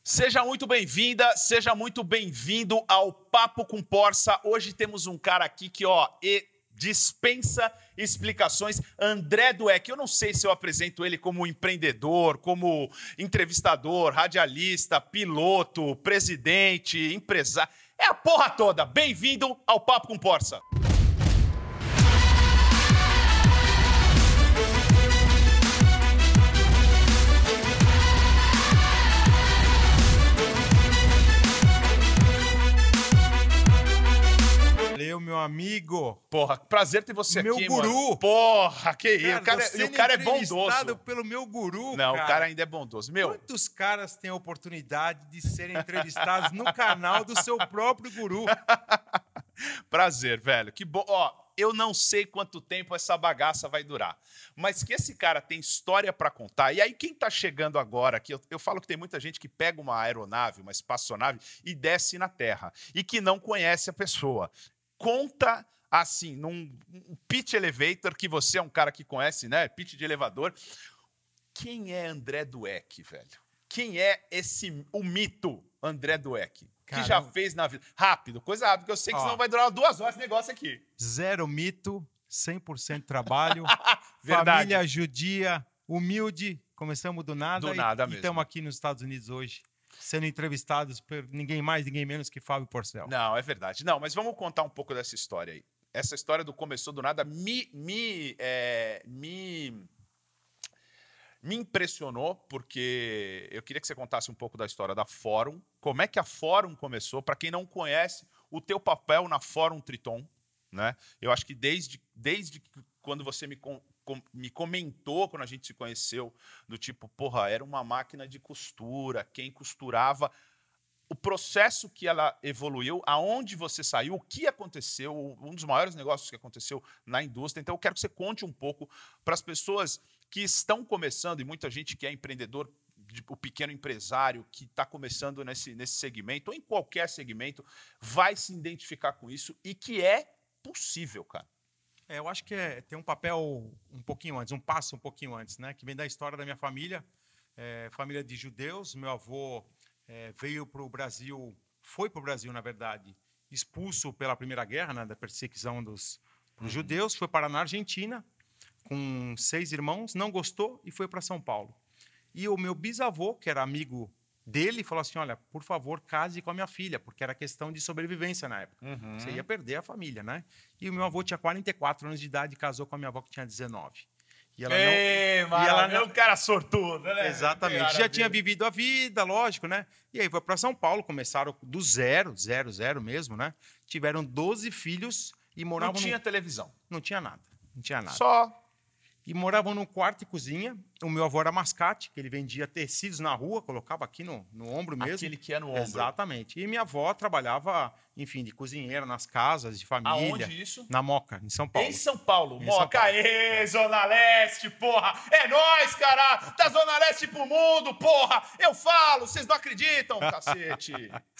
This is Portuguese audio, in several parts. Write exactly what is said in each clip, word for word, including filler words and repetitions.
Seja muito bem-vinda, seja muito bem-vindo ao Papo com Porça. Hoje temos um cara aqui que, ó, e dispensa explicações. André Dweck. Eu não sei se eu apresento ele como empreendedor, como entrevistador, radialista, piloto, presidente, empresário. É a porra toda. Bem-vindo ao Papo com Porça. Valeu, meu amigo. Porra, prazer ter você meu aqui, guru. Mano. Porra, que isso. O cara, Você o cara é bondoso. pelo meu guru, Não, cara. o cara ainda é bondoso. Meu, Quantos caras têm a oportunidade de serem entrevistados no canal do seu próprio guru? Prazer, velho. Que bom. Ó, eu não sei quanto tempo essa bagaça vai durar, mas que esse cara tem história pra contar. E aí, quem tá chegando agora aqui, eu, eu falo que tem muita gente que pega uma aeronave, uma espaçonave e desce na Terra e que não conhece a pessoa. Conta assim, num um pitch elevator, que você é um cara que conhece, né? Pitch de elevador. Quem é André Dweck, velho? Quem é esse, o mito André Dweck? Que já fez na vida. Rápido, coisa rápida, porque eu sei que Ó, senão vai durar duas horas esse negócio aqui. Zero mito, cem por cento trabalho, Verdade. família judia, humilde, começamos do nada. Do e, nada e mesmo. estamos aqui nos Estados Unidos hoje, sendo entrevistados por ninguém mais, ninguém menos que Fábio Porcel. Não, é verdade. Não, mas vamos contar um pouco dessa história aí. Essa história do começou do nada me, me, é, me, me impressionou, porque eu queria que você contasse um pouco da história da Fórum. Como é que a Fórum começou? Para quem não conhece, o teu papel na Fórum Triton, né? Eu acho que desde, desde quando você me, com, com, me comentou, quando a gente se conheceu, do tipo, porra, era uma máquina de costura, quem costurava, o processo que ela evoluiu, aonde você saiu, o que aconteceu, um dos maiores negócios que aconteceu na indústria. Então, eu quero que você conte um pouco para as pessoas que estão começando, e muita gente que é empreendedor, o pequeno empresário que está começando nesse, nesse segmento, ou em qualquer segmento, vai se identificar com isso e que é possível, cara. É, eu acho que é, tem um papel um pouquinho antes, um passo um pouquinho antes, né? Que vem da história da minha família, é, família de judeus. Meu avô é, veio para o Brasil, foi para o Brasil, na verdade, expulso pela Primeira Guerra, né, da perseguição dos uhum. judeus, foi para na Argentina com seis irmãos, não gostou e foi para São Paulo. E o meu bisavô, que era amigo dele, falou assim, olha, por favor, case com a minha filha, porque era questão de sobrevivência na época. Uhum. Você ia perder a família, né? E o meu avô tinha quarenta e quatro anos de idade e casou com a minha avó, que tinha dezenove. E ela Ei, não... E ela não... é um cara sortudo, né? Exatamente. Já tinha vivido a vida, lógico, né? E aí foi para São Paulo, começaram do zero, zero, zero mesmo, né? Tiveram doze filhos e moravam... Não tinha no... televisão. Não tinha nada, não tinha nada. Só... E moravam num quarto e cozinha. O meu avô era mascate, que ele vendia tecidos na rua, colocava aqui no, no ombro mesmo. Aquele que é no ombro. Exatamente. E minha avó trabalhava, enfim, de cozinheira nas casas de família. Aonde isso? Na Moca, em São Paulo. Em São Paulo. Em Moca, São Paulo. Aê, Zona Leste, porra! É nóis, cara! Da Zona Leste pro mundo, porra! Eu falo, vocês não acreditam, cacete!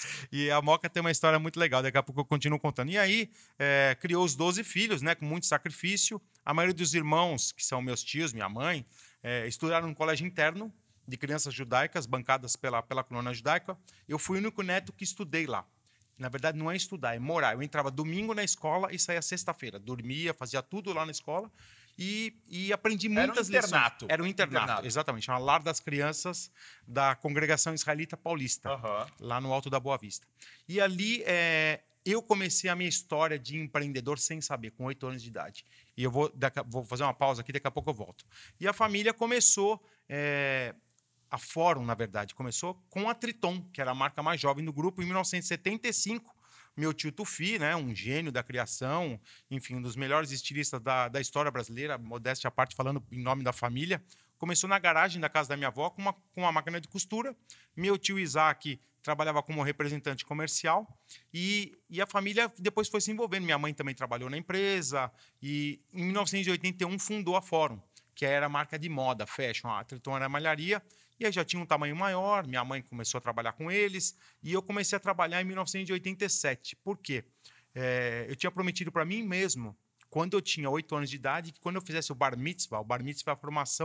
E a Moca tem uma história muito legal, daqui a pouco eu continuo contando. E aí, é, criou os doze filhos, né, com muito sacrifício. A maioria dos irmãos, que são meus tios, minha mãe, é, estudaram no colégio interno de crianças judaicas, bancadas pela, pela colônia judaica. Eu fui o único neto que estudei lá. Na verdade, não é estudar, é morar. Eu entrava domingo na escola e saía sexta-feira. Dormia, fazia tudo lá na escola e, e aprendi muitas lições. Era um internato. Era um internato, internato. Exatamente. Chama Lar das Crianças da Congregação Israelita Paulista, uhum. lá no Alto da Boa Vista. E ali... É, eu comecei a minha história de empreendedor sem saber, com oito anos de idade. E eu vou, daqui, vou fazer uma pausa aqui, daqui a pouco eu volto. E a família começou, é, a Fórum, na verdade, começou com a Triton, que era a marca mais jovem do grupo, em mil novecentos e setenta e cinco. Meu tio Tufi, né, um gênio da criação, enfim, um dos melhores estilistas da, da história brasileira, modéstia à parte, falando em nome da família, começou na garagem da casa da minha avó com uma, com uma máquina de costura. Meu tio Isaac trabalhava como representante comercial e, e a família depois foi se envolvendo. Minha mãe também trabalhou na empresa e, em mil novecentos e oitenta e um, fundou a Fórum, que era a marca de moda, fashion. A Triton era malharia e aí já tinha um tamanho maior. Minha mãe começou a trabalhar com eles e eu comecei a trabalhar em mil novecentos e oitenta e sete. Por quê? É, eu tinha prometido para mim mesmo, quando eu tinha oito anos de idade, que quando eu fizesse o Bar Mitzvah, o Bar Mitzvah é a formação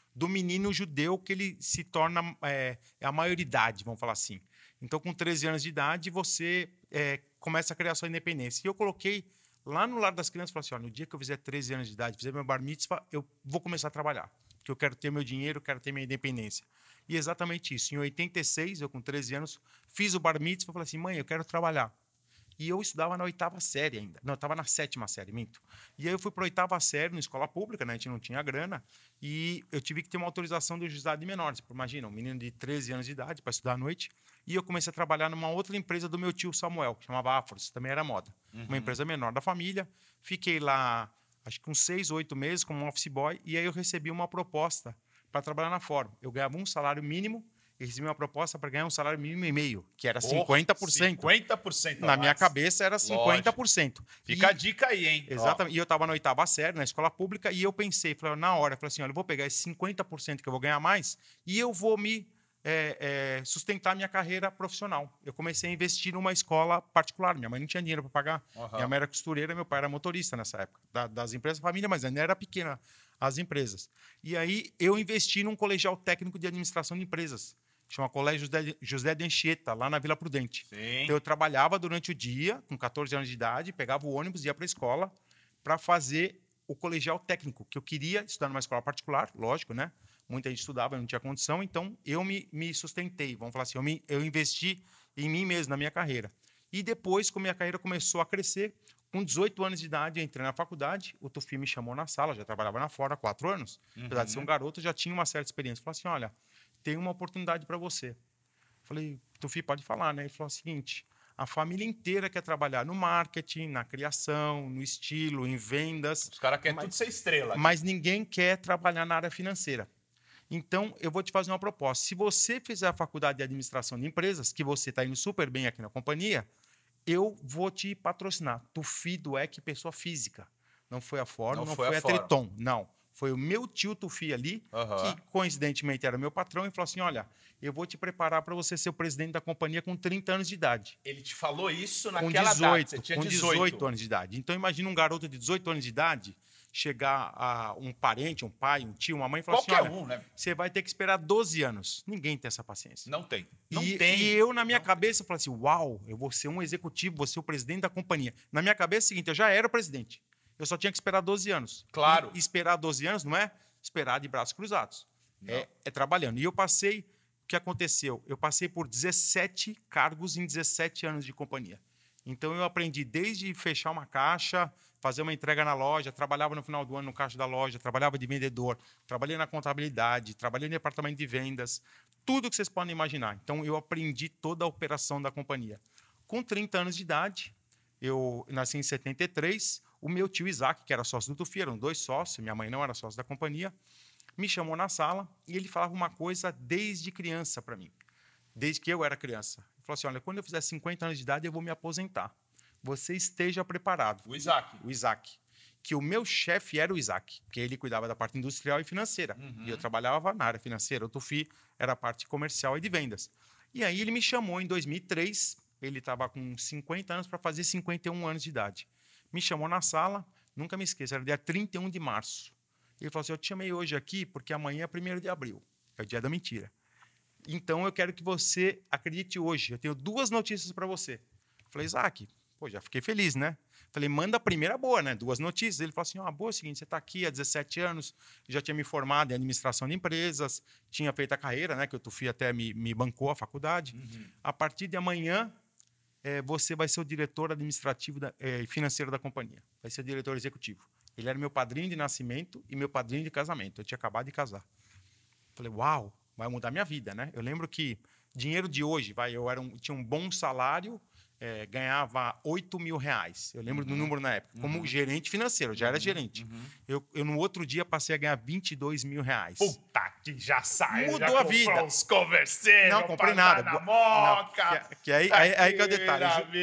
do menino judeu que ele se torna é, é a maioridade, vamos falar assim. Então, com treze anos de idade, você é, começa a criar sua independência. E eu coloquei lá no Lar das Crianças, falei assim, olha, no dia que eu fizer treze anos de idade, fizer meu bar mitzvah, eu vou começar a trabalhar. Porque eu quero ter meu dinheiro, eu quero ter minha independência. E exatamente isso. Em oitenta e seis, eu com treze anos, fiz o bar mitzvah, falei assim, mãe, eu quero trabalhar. E eu estudava na oitava série ainda. Não, eu estava na sétima série, minto. E aí eu fui para a oitava série, na escola pública, né? A gente não tinha grana. E eu tive que ter uma autorização do juizado de menores. Imagina, um menino de treze anos de idade para estudar à noite. E eu comecei a trabalhar numa outra empresa do meu tio Samuel, que chamava Afros, também era moda. Uhum. Uma empresa menor da família. Fiquei lá, acho que uns seis, oito meses como office boy. E aí eu recebi uma proposta para trabalhar na Ford. Eu ganhava um salário mínimo e recebi uma proposta para ganhar um salário mínimo e meio, que era cinquenta por cento. cinquenta por cento. Na minha cabeça era cinquenta por cento. Lógico. Fica e, a dica aí, hein? Exatamente. Ó. E eu estava na oitava série, na escola pública, e eu pensei, falei, na hora, falei assim, olha, eu vou pegar esse cinquenta por cento que eu vou ganhar mais e eu vou me é, é, sustentar minha carreira profissional. Eu comecei a investir numa escola particular. Minha mãe não tinha dinheiro para pagar. Uhum. Minha mãe era costureira, meu pai era motorista nessa época, da, das empresas da família, mas ainda era pequena as empresas. E aí eu investi num colegial técnico de administração de empresas, chama Colégio José de Anchieta, lá na Vila Prudente. Sim. Então, eu trabalhava durante o dia, com catorze anos de idade, pegava o ônibus, ia para a escola para fazer o colegial técnico, que eu queria estudar numa escola particular, lógico, né? Muita gente estudava, eu não tinha condição, então eu me, me sustentei, vamos falar assim, eu, me, eu investi em mim mesmo, na minha carreira. E depois, como minha carreira começou a crescer, com dezoito anos de idade, eu entrei na faculdade, o Tufi me chamou na sala, já trabalhava na Ford há quatro anos, uhum. Apesar de ser um garoto, eu já tinha uma certa experiência. Falei assim, olha, tem uma oportunidade para você. Falei, Tufi, pode falar, né? Ele falou o seguinte, a família inteira quer trabalhar no marketing, na criação, no estilo, em vendas. Os caras querem tudo ser estrela. Mas ninguém quer trabalhar na área financeira. Então, eu vou te fazer uma proposta. Se você fizer a faculdade de administração de empresas, que você está indo super bem aqui na companhia, eu vou te patrocinar. Tufi do E C, pessoa física. Não foi a Ford, não, não foi, foi a, a Triton, não. Foi o meu tio Tufi ali, uhum. que coincidentemente era meu patrão, e falou assim, olha, eu vou te preparar para você ser o presidente da companhia com trinta anos de idade. Ele te falou isso naquela com dezoito, data, você tinha com dezoito. dezoito anos de idade. Então, imagina um garoto de dezoito anos de idade chegar a um parente, um pai, um tio, uma mãe e falar Qualquer assim, olha, um, né? Você vai ter que esperar doze anos. Ninguém tem essa paciência. Não tem. Não e, tem. E eu, na minha não cabeça, falei assim, uau, eu vou ser um executivo, vou ser o presidente da companhia. Na minha cabeça é o seguinte, eu já era o presidente. Eu só tinha que esperar doze anos. Claro. E esperar doze anos não é esperar de braços cruzados. É, é trabalhando. E eu passei, o que aconteceu? Eu passei por dezessete cargos em dezessete anos de companhia. Então, eu aprendi desde fechar uma caixa, fazer uma entrega na loja, trabalhava no final do ano no caixa da loja, trabalhava de vendedor, trabalhei na contabilidade, trabalhei no departamento de vendas, tudo que vocês podem imaginar. Então, eu aprendi toda a operação da companhia. Com trinta anos de idade, eu nasci em setenta e três, o meu tio Isaac, que era sócio do Tufi, eram dois sócios, minha mãe não era sócio da companhia, me chamou na sala e ele falava uma coisa desde criança para mim, desde que eu era criança. Ele falou assim, olha, quando eu fizer cinquenta anos de idade, eu vou me aposentar. Você esteja preparado. O Isaac. O Isaac. Que o meu chefe era o Isaac, porque ele cuidava da parte industrial e financeira. Uhum. E eu trabalhava na área financeira. O Tufi era a parte comercial e de vendas. E aí ele me chamou em dois mil e três, ele estava com cinquenta anos para fazer cinquenta e um anos de idade. Me chamou na sala, nunca me esqueço, era dia trinta e um de março. Ele falou assim, eu te chamei hoje aqui porque amanhã é primeiro de abril, é o dia da mentira. Então, eu quero que você acredite hoje. Eu tenho duas notícias para você. Eu falei, Isaac, pô, já fiquei feliz, né? Falei, manda a primeira boa, né? Duas notícias. Ele falou assim, ó, a boa é o seguinte, você está aqui há dezessete anos, já tinha me formado em administração de empresas, tinha feito a carreira, né? Que o Tufi até me, me bancou a faculdade. Uhum. A partir de amanhã, é, você vai ser o diretor administrativo e é, financeiro da companhia. Vai ser o diretor executivo. Ele era meu padrinho de nascimento e meu padrinho de casamento. Eu tinha acabado de casar. Falei, uau, vai mudar minha vida, né? Eu lembro que dinheiro de hoje, vai, eu era um, tinha um bom salário, é, ganhava oito mil reais. Eu lembro uhum. do número na época. Como uhum. gerente financeiro, eu já era uhum. gerente. Uhum. Eu, eu, no outro dia, passei a ganhar vinte e dois mil reais. Puta, que já saiu. Mudou já a vida. Os converseiros. Não, comprei nada. Na moca. Não, que, que aí, aí, aí que é o detalhe.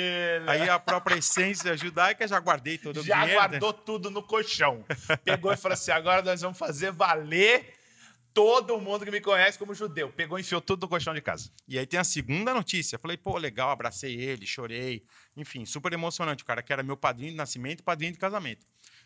Aí a própria essência judaica, já guardei todo o já dinheiro. Já guardou né? tudo no colchão. Pegou e falou assim, agora nós vamos fazer valer... Todo mundo que me conhece como judeu. Pegou e enfiou tudo no colchão de casa. E aí tem a segunda notícia. Falei, pô, legal, abracei ele, chorei. Enfim, super emocionante. O cara que era meu padrinho de nascimento e padrinho de casamento.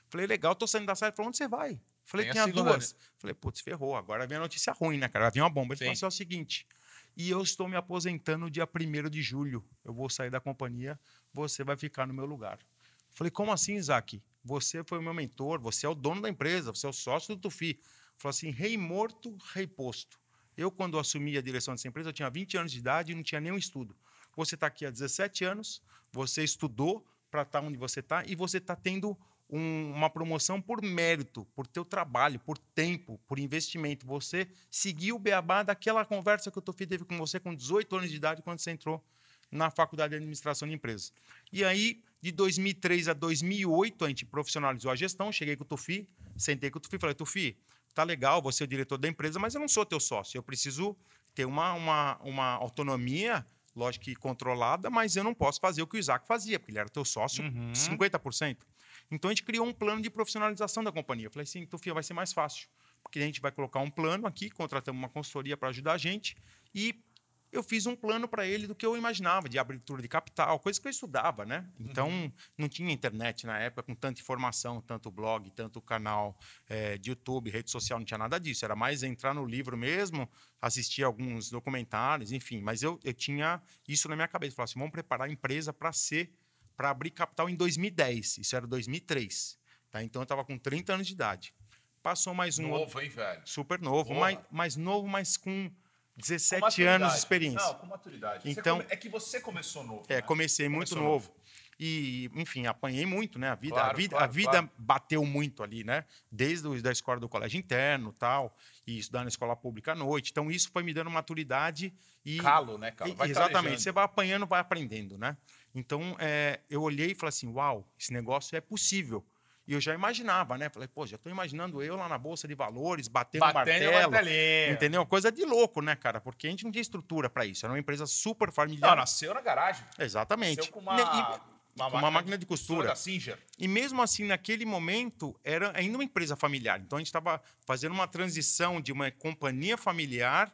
Falei, legal, tô saindo da sala. Ele falou, onde você vai? Falei, Tem a tinha segunda, duas. Falei, putz, ferrou. Agora vem a notícia ruim, né, cara? Vai vir uma bomba. Ele Sim. falou assim, é o seguinte, e eu estou me aposentando no dia primeiro de julho. Eu vou sair da companhia, você vai ficar no meu lugar. Falei, como assim, Isaac? Você foi o meu mentor, você é o dono da empresa, você é o sócio do Tufi. Falou assim, rei morto, rei posto. Eu, quando assumi a direção dessa empresa, eu tinha vinte anos de idade e não tinha nenhum estudo. Você está aqui há dezessete anos, você estudou para estar onde você está e você está tendo um, uma promoção por mérito, por teu trabalho, por tempo, por investimento. Você seguiu o beabá daquela conversa que o Tufi teve com você com dezoito anos de idade quando você entrou na faculdade de administração de empresas. E aí, de dois mil e três a dois mil e oito, a gente profissionalizou a gestão, cheguei com o Tufi, sentei com o Tufi e falei, Tufi, tá legal, você é o diretor da empresa, mas eu não sou teu sócio, eu preciso ter uma, uma, uma autonomia, lógico que controlada, mas eu não posso fazer o que o Isaac fazia, porque ele era teu sócio Uhum. cinquenta por cento. Então, a gente criou um plano de profissionalização da companhia. Eu falei assim, Tufi, vai ser mais fácil, porque a gente vai colocar um plano aqui, contratamos uma consultoria para ajudar a gente e eu fiz um plano para ele do que eu imaginava, de abertura de capital, coisa que eu estudava, né? Então, uhum. não tinha internet na época com tanta informação, tanto blog, tanto canal é, de YouTube, rede social, não tinha nada disso. Era mais entrar no livro mesmo, assistir alguns documentários, enfim. Mas eu, eu tinha isso na minha cabeça. Falei assim, vamos preparar a empresa para ser, para abrir capital em dois mil e dez. Isso era dois mil e três. Tá? Então, eu estava com trinta anos de idade. Passou mais um... Novo, outro, hein, velho? Super novo, mais, mais novo, mas com... dezessete anos de experiência. Não, com maturidade. Então, come... É que você começou novo. É, né? comecei muito começou novo. novo. E, enfim, apanhei muito, né? A vida, claro, a vida, claro, a vida claro. bateu muito ali, né? Desde a da escola do colégio interno, tal, e estudar na escola pública à noite. Então, isso foi me dando maturidade e... Calo, né, cara? Vai exatamente. calejando. Você vai apanhando, vai aprendendo, né? Então, é, eu olhei e falei assim, uau, esse negócio é possível. E eu já imaginava, né? Falei, pô, já estou imaginando eu lá na Bolsa de Valores, batendo, batendo martelo. martelinho. Entendeu? Coisa de louco, né, cara? Porque a gente não tinha estrutura para isso. Era uma empresa super familiar. Não, nasceu na garagem. Exatamente. Nasceu com uma, E, uma, com máquina, uma máquina de costura. da Singer. E mesmo assim, naquele momento, era ainda uma empresa familiar. Então, a gente estava fazendo uma transição de uma companhia familiar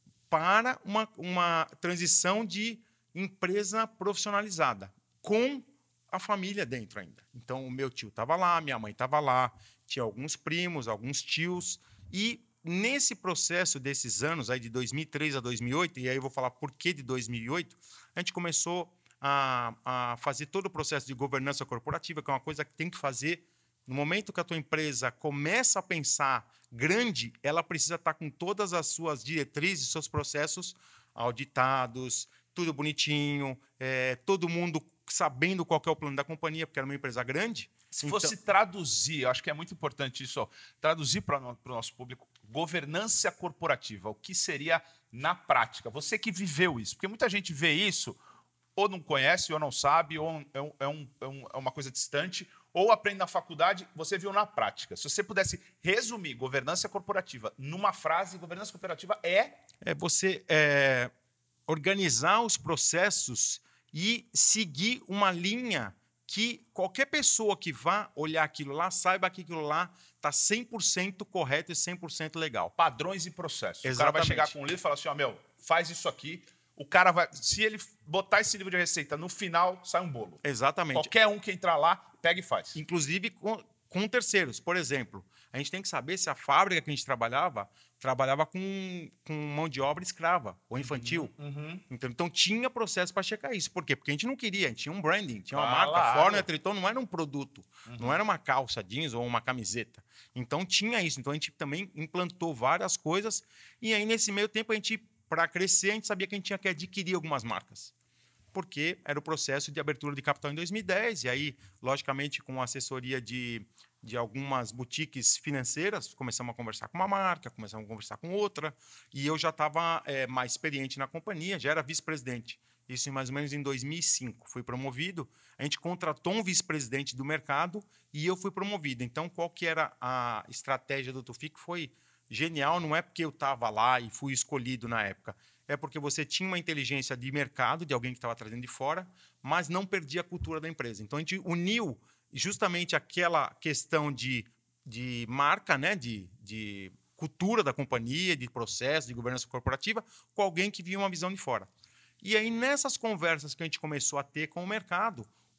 para uma, uma transição de empresa profissionalizada, com a família dentro ainda. Então, o meu tio estava lá, minha mãe estava lá, tinha alguns primos, alguns tios. E nesse processo desses anos, aí de dois mil e três a dois mil e oito, e aí eu vou falar por que de dois mil e oito, a gente começou a, a fazer todo o processo de governança corporativa, que é uma coisa que tem que fazer. No momento que a tua empresa começa a pensar grande, ela precisa estar com todas as suas diretrizes, seus processos auditados, tudo bonitinho, é, todo mundo sabendo qual que é o plano da companhia, porque era uma empresa grande. Se então... fosse traduzir, eu acho que é muito importante isso, ó, traduzir para o nosso público, governança corporativa, o que seria na prática? Você que viveu isso, porque muita gente vê isso, ou não conhece, ou não sabe, ou é, um, é, um, é uma coisa distante, ou aprende na faculdade, você viu na prática. Se você pudesse resumir governança corporativa numa frase, governança corporativa é... É você é, organizar os processos e seguir uma linha que qualquer pessoa que vá olhar aquilo lá saiba que aquilo lá está cem por cento correto e cem por cento legal. Padrões e processos. Exatamente. O cara vai chegar com um livro e falar assim, ó, meu, faz isso aqui. O cara vai... Se ele botar esse livro de receita, no final sai um bolo. Exatamente. Qualquer um que entrar lá, pega e faz. Inclusive com, com terceiros. Por exemplo, a gente tem que saber se a fábrica que a gente trabalhava trabalhava com, com mão de obra escrava ou infantil. Uhum, uhum. Então, então, tinha processo para checar isso. Por quê? Porque a gente não queria, a gente tinha um branding, tinha uma Claro. marca. Fórmula Triton não era um produto, Uhum. não era uma calça jeans ou uma camiseta. Então, tinha isso. Então, a gente também implantou várias coisas. E aí, nesse meio tempo, a gente, para crescer, a gente sabia que a gente tinha que adquirir algumas marcas. Porque era o processo de abertura de capital em dois mil e dez. E aí, logicamente, com assessoria de... de algumas boutiques financeiras, começamos a conversar com uma marca, começamos a conversar com outra, e eu já estava é, mais experiente na companhia, já era vice-presidente. Isso mais ou menos em dois mil e cinco. Fui promovido, a gente contratou um vice-presidente do mercado e eu fui promovido. Então, qual que era a estratégia do Tufi? Que foi genial, não é porque eu estava lá e fui escolhido na época, é porque você tinha uma inteligência de mercado, de alguém que estava trazendo de fora, mas não perdia a cultura da empresa. Então, a gente uniu justamente aquela questão de, de marca, né, de, de cultura da companhia, de processo, de governança corporativa, com alguém que via uma visão de fora. E aí, nessas conversas que a gente começou a ter com o mercado,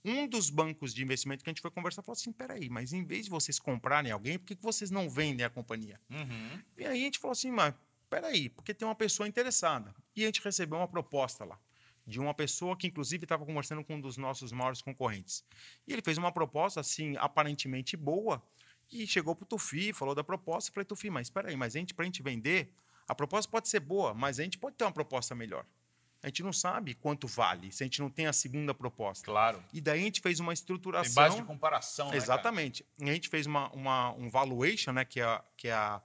Um dos bancos de investimento que a gente foi conversar falou assim, peraí, mas em vez de vocês comprarem alguém, por que que vocês não vendem a companhia? Uhum. E aí a gente falou assim, mas peraí, porque tem uma pessoa interessada. E a gente recebeu uma proposta lá, de uma pessoa que, inclusive, estava conversando com um dos nossos maiores concorrentes. E ele fez uma proposta, assim, aparentemente boa, e chegou para o Tufi, falou da proposta. Eu falei, Tufi, mas espera aí, mas a gente, para a gente vender, a proposta pode ser boa, mas a gente pode ter uma proposta melhor. A gente não sabe quanto vale, se a gente não tem a segunda proposta. Claro. E daí a gente fez uma estruturação... Tem base de comparação, né, Exatamente. Cara? E a gente fez uma, uma, um valuation, né, que é, que é a,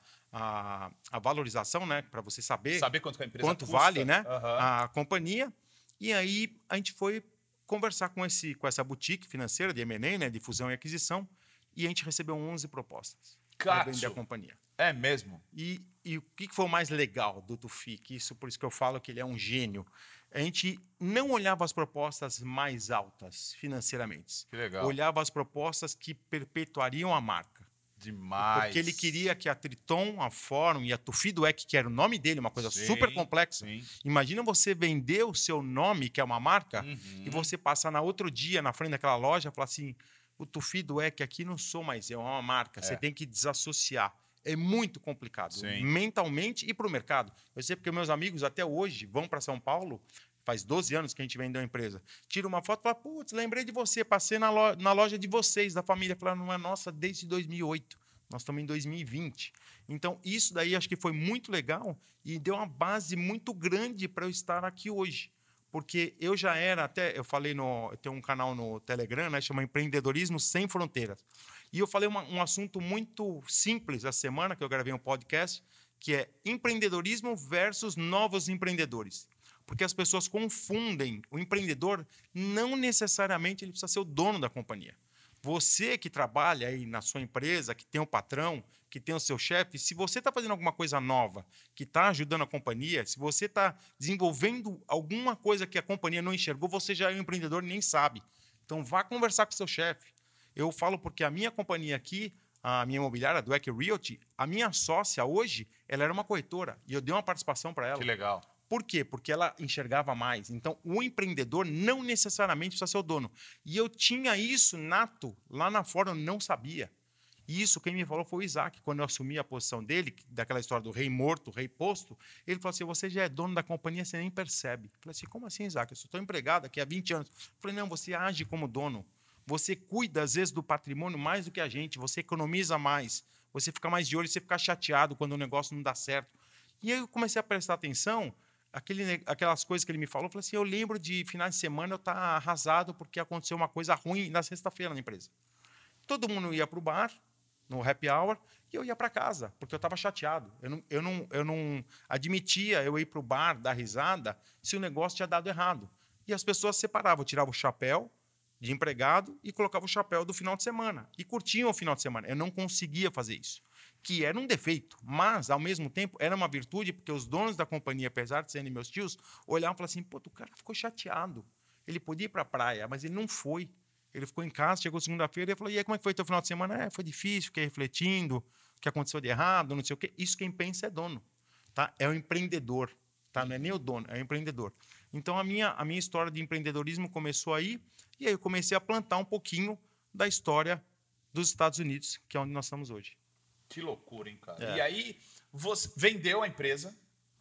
a, a valorização, né, para você saber, saber quanto, que a empresa quanto custa. vale, né, uhum. a companhia. E aí a gente foi conversar com, esse, com essa boutique financeira de M and A, né, de fusão e aquisição, e a gente recebeu onze propostas para vender a companhia. É mesmo? E, e o que foi o mais legal do Tufi? Que isso, por isso que eu falo que ele é um gênio. A gente não olhava as propostas mais altas financeiramente. Que legal. Olhava as propostas que perpetuariam a marca. Demais. Porque ele queria que a Triton, a Fórum e a Tufi Dueck, que era o nome dele, uma coisa sim, super complexa. Sim. Imagina você vender o seu nome, que é uma marca, uhum. e você passar na outro dia na frente daquela loja e falar assim, o Tufi Dueck aqui não sou mais eu, é uma marca. É. Você tem que desassociar. É muito complicado, sim. mentalmente e para o mercado. Eu sei porque meus amigos até hoje vão para São Paulo, faz doze anos que a gente vendeu a empresa, tira uma foto e fala, putz, lembrei de você, passei na loja, na loja de vocês, da família. Falaram, não é nossa desde dois mil e oito, nós estamos em dois mil e vinte. Então, isso daí acho que foi muito legal e deu uma base muito grande para eu estar aqui hoje. Porque eu já era, até eu falei, no, eu tenho um canal no Telegram, né, chama Empreendedorismo Sem Fronteiras. E eu falei uma, um assunto muito simples essa semana, que eu gravei um podcast, que é empreendedorismo versus novos empreendedores. Porque as pessoas confundem o empreendedor, não necessariamente ele precisa ser o dono da companhia. Você que trabalha aí na sua empresa, que tem um patrão, que tem o seu chefe, se você está fazendo alguma coisa nova, que está ajudando a companhia, se você está desenvolvendo alguma coisa que a companhia não enxergou, você já é um empreendedor e nem sabe. Então, vá conversar com o seu chefe. Eu falo porque a minha companhia aqui, a minha imobiliária, a Dueck Realty, a minha sócia hoje, ela era uma corretora e eu dei uma participação para ela. Que legal. Por quê? Porque ela enxergava mais. Então, o empreendedor não necessariamente precisa ser o dono. E eu tinha isso nato lá na Fórum, eu não sabia. E isso quem me falou foi o Isaac. Quando eu assumi a posição dele, daquela história do rei morto, rei posto, ele falou assim, você já é dono da companhia, você nem percebe. Eu falei assim, como assim, Isaac? Eu só estou empregado aqui há vinte anos. Eu falei, não, você age como dono. Você cuida, às vezes, do patrimônio mais do que a gente. Você economiza mais. Você fica mais de olho, você fica chateado quando o negócio não dá certo. E aí eu comecei a prestar atenção, aquele, aquelas coisas que ele me falou. Eu falei assim, eu lembro de finais de semana eu estar arrasado porque aconteceu uma coisa ruim na sexta-feira na empresa. Todo mundo ia para o bar, no happy hour, e eu ia para casa, porque eu estava chateado. Eu não, eu, não, eu não admitia eu ir para o bar, dar risada, se o negócio tinha dado errado. E as pessoas separavam, eu tirava o chapéu de empregado e colocava o chapéu do final de semana. E curtiam o final de semana. Eu não conseguia fazer isso. Que era um defeito, mas, ao mesmo tempo, era uma virtude, porque os donos da companhia, apesar de serem meus tios, olhavam e falavam assim, pô, o cara ficou chateado. Ele podia ir para a praia, mas ele não foi. Ele ficou em casa, chegou segunda-feira e falou, e aí, como é que foi teu final de semana? É, foi difícil, fiquei refletindo, o que aconteceu de errado, não sei o quê. Isso quem pensa é dono. Tá? É o empreendedor. Tá? Não é nem o dono, é o empreendedor. Então, a minha, a minha história de empreendedorismo começou aí, e aí eu comecei a plantar um pouquinho da história dos Estados Unidos, que é onde nós estamos hoje. Que loucura, hein, cara? É. E aí, você vendeu a empresa,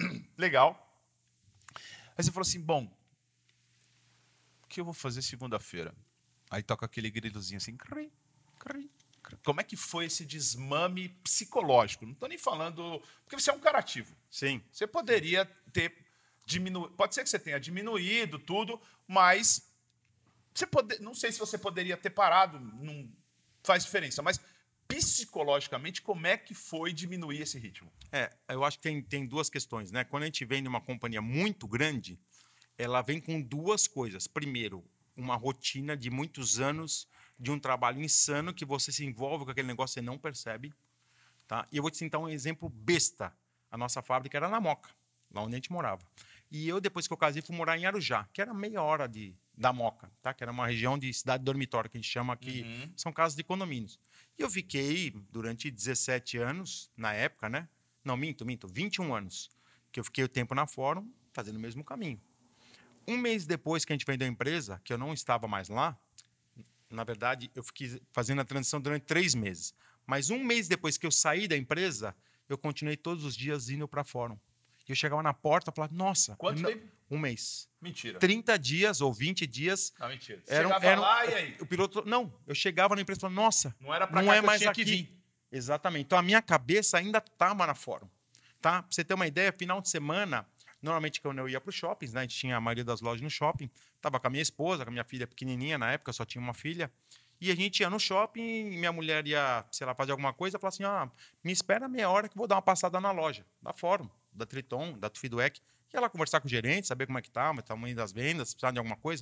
legal. Aí você falou assim, bom, o que eu vou fazer segunda-feira? Aí toca aquele grilozinho assim, cri, cri, cri. Como é que foi esse desmame psicológico? Não estou nem falando... Porque você é um cara ativo. Sim. Você poderia ter diminuído... Pode ser que você tenha diminuído tudo, mas... Você pode... Não sei se você poderia ter parado, não faz diferença, mas psicologicamente, como é que foi diminuir esse ritmo? É, eu acho que tem, tem duas questões, né? Quando a gente vem de uma companhia muito grande, ela vem com duas coisas. Primeiro, uma rotina de muitos anos de um trabalho insano que você se envolve com aquele negócio e você não percebe. Tá? E eu vou te citar um exemplo besta. A nossa fábrica era na Moca, lá onde a gente morava. E eu, depois que eu casei, fui morar em Arujá, que era meia hora de, da Moca, tá? Que era uma região de cidade dormitório, que a gente chama aqui, uhum. São casas de condomínios. E eu fiquei durante dezessete anos, na época, né? Não, minto, minto, vinte e um anos, que eu fiquei o tempo na Fórum, fazendo o mesmo caminho. Um mês depois que a gente vendeu a empresa, que eu não estava mais lá, Na verdade, eu fiquei fazendo a transição durante três meses. Mas um mês depois que eu saí da empresa, eu continuei todos os dias indo para fórum. E eu chegava na porta e falava, nossa... Quanto não... tempo? Um mês. Mentira. trinta dias ou vinte dias. Não, mentira. Você Eram, chegava eram, lá e aí? O piloto... Não, eu chegava na empresa e falava, nossa, Não era pra não cá é que eu mais tinha aqui. que vir. Exatamente. Então, a minha cabeça ainda estava na fórum. Tá? Pra você ter uma ideia, final de semana, normalmente quando eu ia para os shoppings, né, a gente tinha a maioria das lojas no shopping, estava com a minha esposa, com a minha filha pequenininha, na época eu só tinha uma filha, e a gente ia no shopping, e minha mulher ia, sei lá, fazer alguma coisa, falava assim, ah, me espera meia hora que eu vou dar uma passada na loja, da Fórum, da Triton, da Tufiduec, ia lá conversar com o gerente, saber como é que tá, o tamanho das vendas, se precisar de alguma coisa.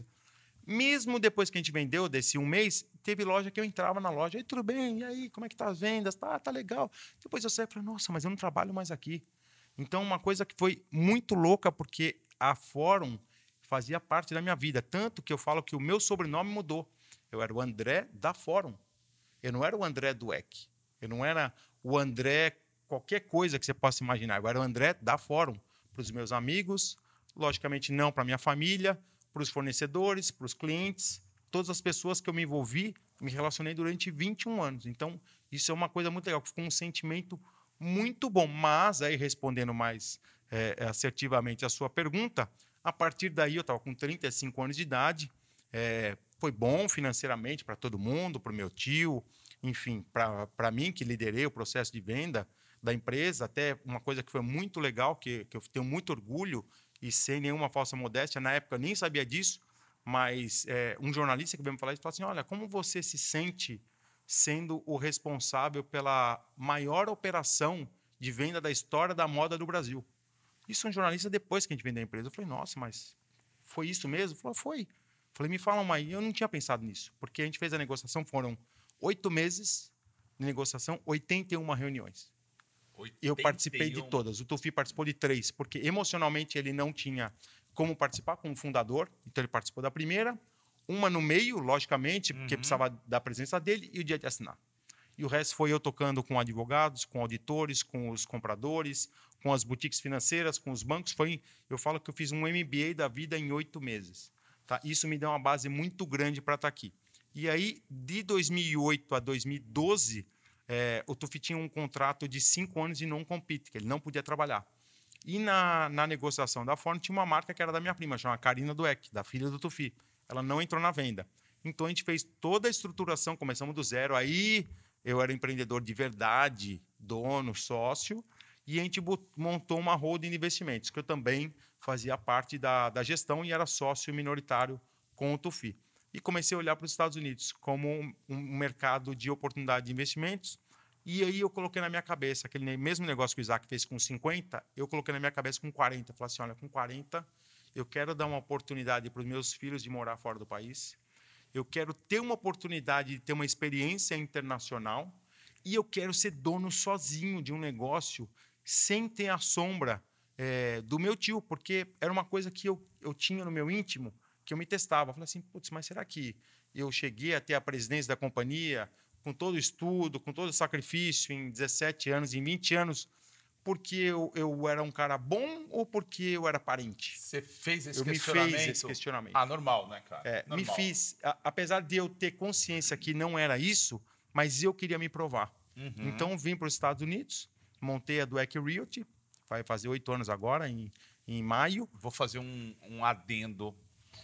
Mesmo depois que a gente vendeu, desse um mês, teve loja que eu entrava na loja, e tudo bem, e aí, como é que tá as vendas? Tá, tá legal. Depois eu saí e falei, nossa, mas eu não trabalho mais aqui. Então, uma coisa que foi muito louca, porque a Fórum fazia parte da minha vida, tanto que eu falo que o meu sobrenome mudou. Eu era o André da Fórum. Eu não era o André do E C. Eu não era o André qualquer coisa que você possa imaginar. Eu era o André da Fórum. Para os meus amigos, logicamente não para a minha família, para os fornecedores, para os clientes, todas as pessoas que eu me envolvi, me relacionei durante vinte e um anos. Então, isso é uma coisa muito legal, ficou um sentimento muito bom. Mas, aí respondendo mais é, assertivamente a sua pergunta, a partir daí eu estava com trinta e cinco anos de idade, é, foi bom financeiramente para todo mundo, para o meu tio, enfim, para mim que liderei o processo de venda da empresa, até uma coisa que foi muito legal, que, que eu tenho muito orgulho e sem nenhuma falsa modéstia, na época eu nem sabia disso, mas é, um jornalista que veio me falar isso, falou assim, olha, como você se sente sendo o responsável pela maior operação de venda da história da moda do Brasil? Isso é um jornalista depois que a gente vendeu a empresa. Eu falei, nossa, mas foi isso mesmo? Ele falou, foi. Falei, me fala uma aí. Eu não tinha pensado nisso, porque a gente fez a negociação, foram oito meses de negociação, oitenta e uma reuniões. oitenta e um. Eu participei de todas. O Tufi participou de três, porque emocionalmente ele não tinha como participar como fundador, então ele participou da primeira, uma no meio, logicamente, porque uhum. precisava da presença dele, e o dia de assinar. E o resto foi eu tocando com advogados, com auditores, com os compradores, com as boutiques financeiras, com os bancos. Foi, eu falo que eu fiz um M B A da vida em oito meses. Tá? Isso me deu uma base muito grande para estar aqui. E aí, de dois mil e oito a dois mil e doze, é, o Tufi tinha um contrato de cinco anos de non-compete, que ele não podia trabalhar. E na, na negociação da Fórum tinha uma marca que era da minha prima, chamada Karina Dueck, da filha do Tufi. Ela não entrou na venda. Então, a gente fez toda a estruturação, começamos do zero. Aí, eu era empreendedor de verdade, dono, sócio, e a gente montou uma holding de investimentos, que eu também fazia parte da, da gestão e era sócio minoritário com o Tufi. E comecei a olhar para os Estados Unidos como um, um mercado de oportunidade de investimentos. E aí eu coloquei na minha cabeça, aquele mesmo negócio que o Isaac fez com cinquenta, eu coloquei na minha cabeça com quarenta. Falei assim, olha, com quarenta, eu quero dar uma oportunidade para os meus filhos de morar fora do país. Eu quero ter uma oportunidade de ter uma experiência internacional e eu quero ser dono sozinho de um negócio sem ter a sombra é, do meu tio, porque era uma coisa que eu, eu tinha no meu íntimo, que eu me testava. Eu falei assim, putz, mas será que eu cheguei a ter a presidência da companhia com todo o estudo, com todo o sacrifício em dezessete anos, em vinte anos, porque eu, eu era um cara bom ou porque eu era parente? Você fez esse eu questionamento? me fiz esse questionamento. Ah, normal, né, cara? É, normal. Me fiz, a, apesar de eu ter consciência que não era isso, mas eu queria me provar. Uhum. Então, vim para os Estados Unidos, montei a Dueck Realty, vai fazer oito anos agora, em, em maio. Vou fazer um, um adendo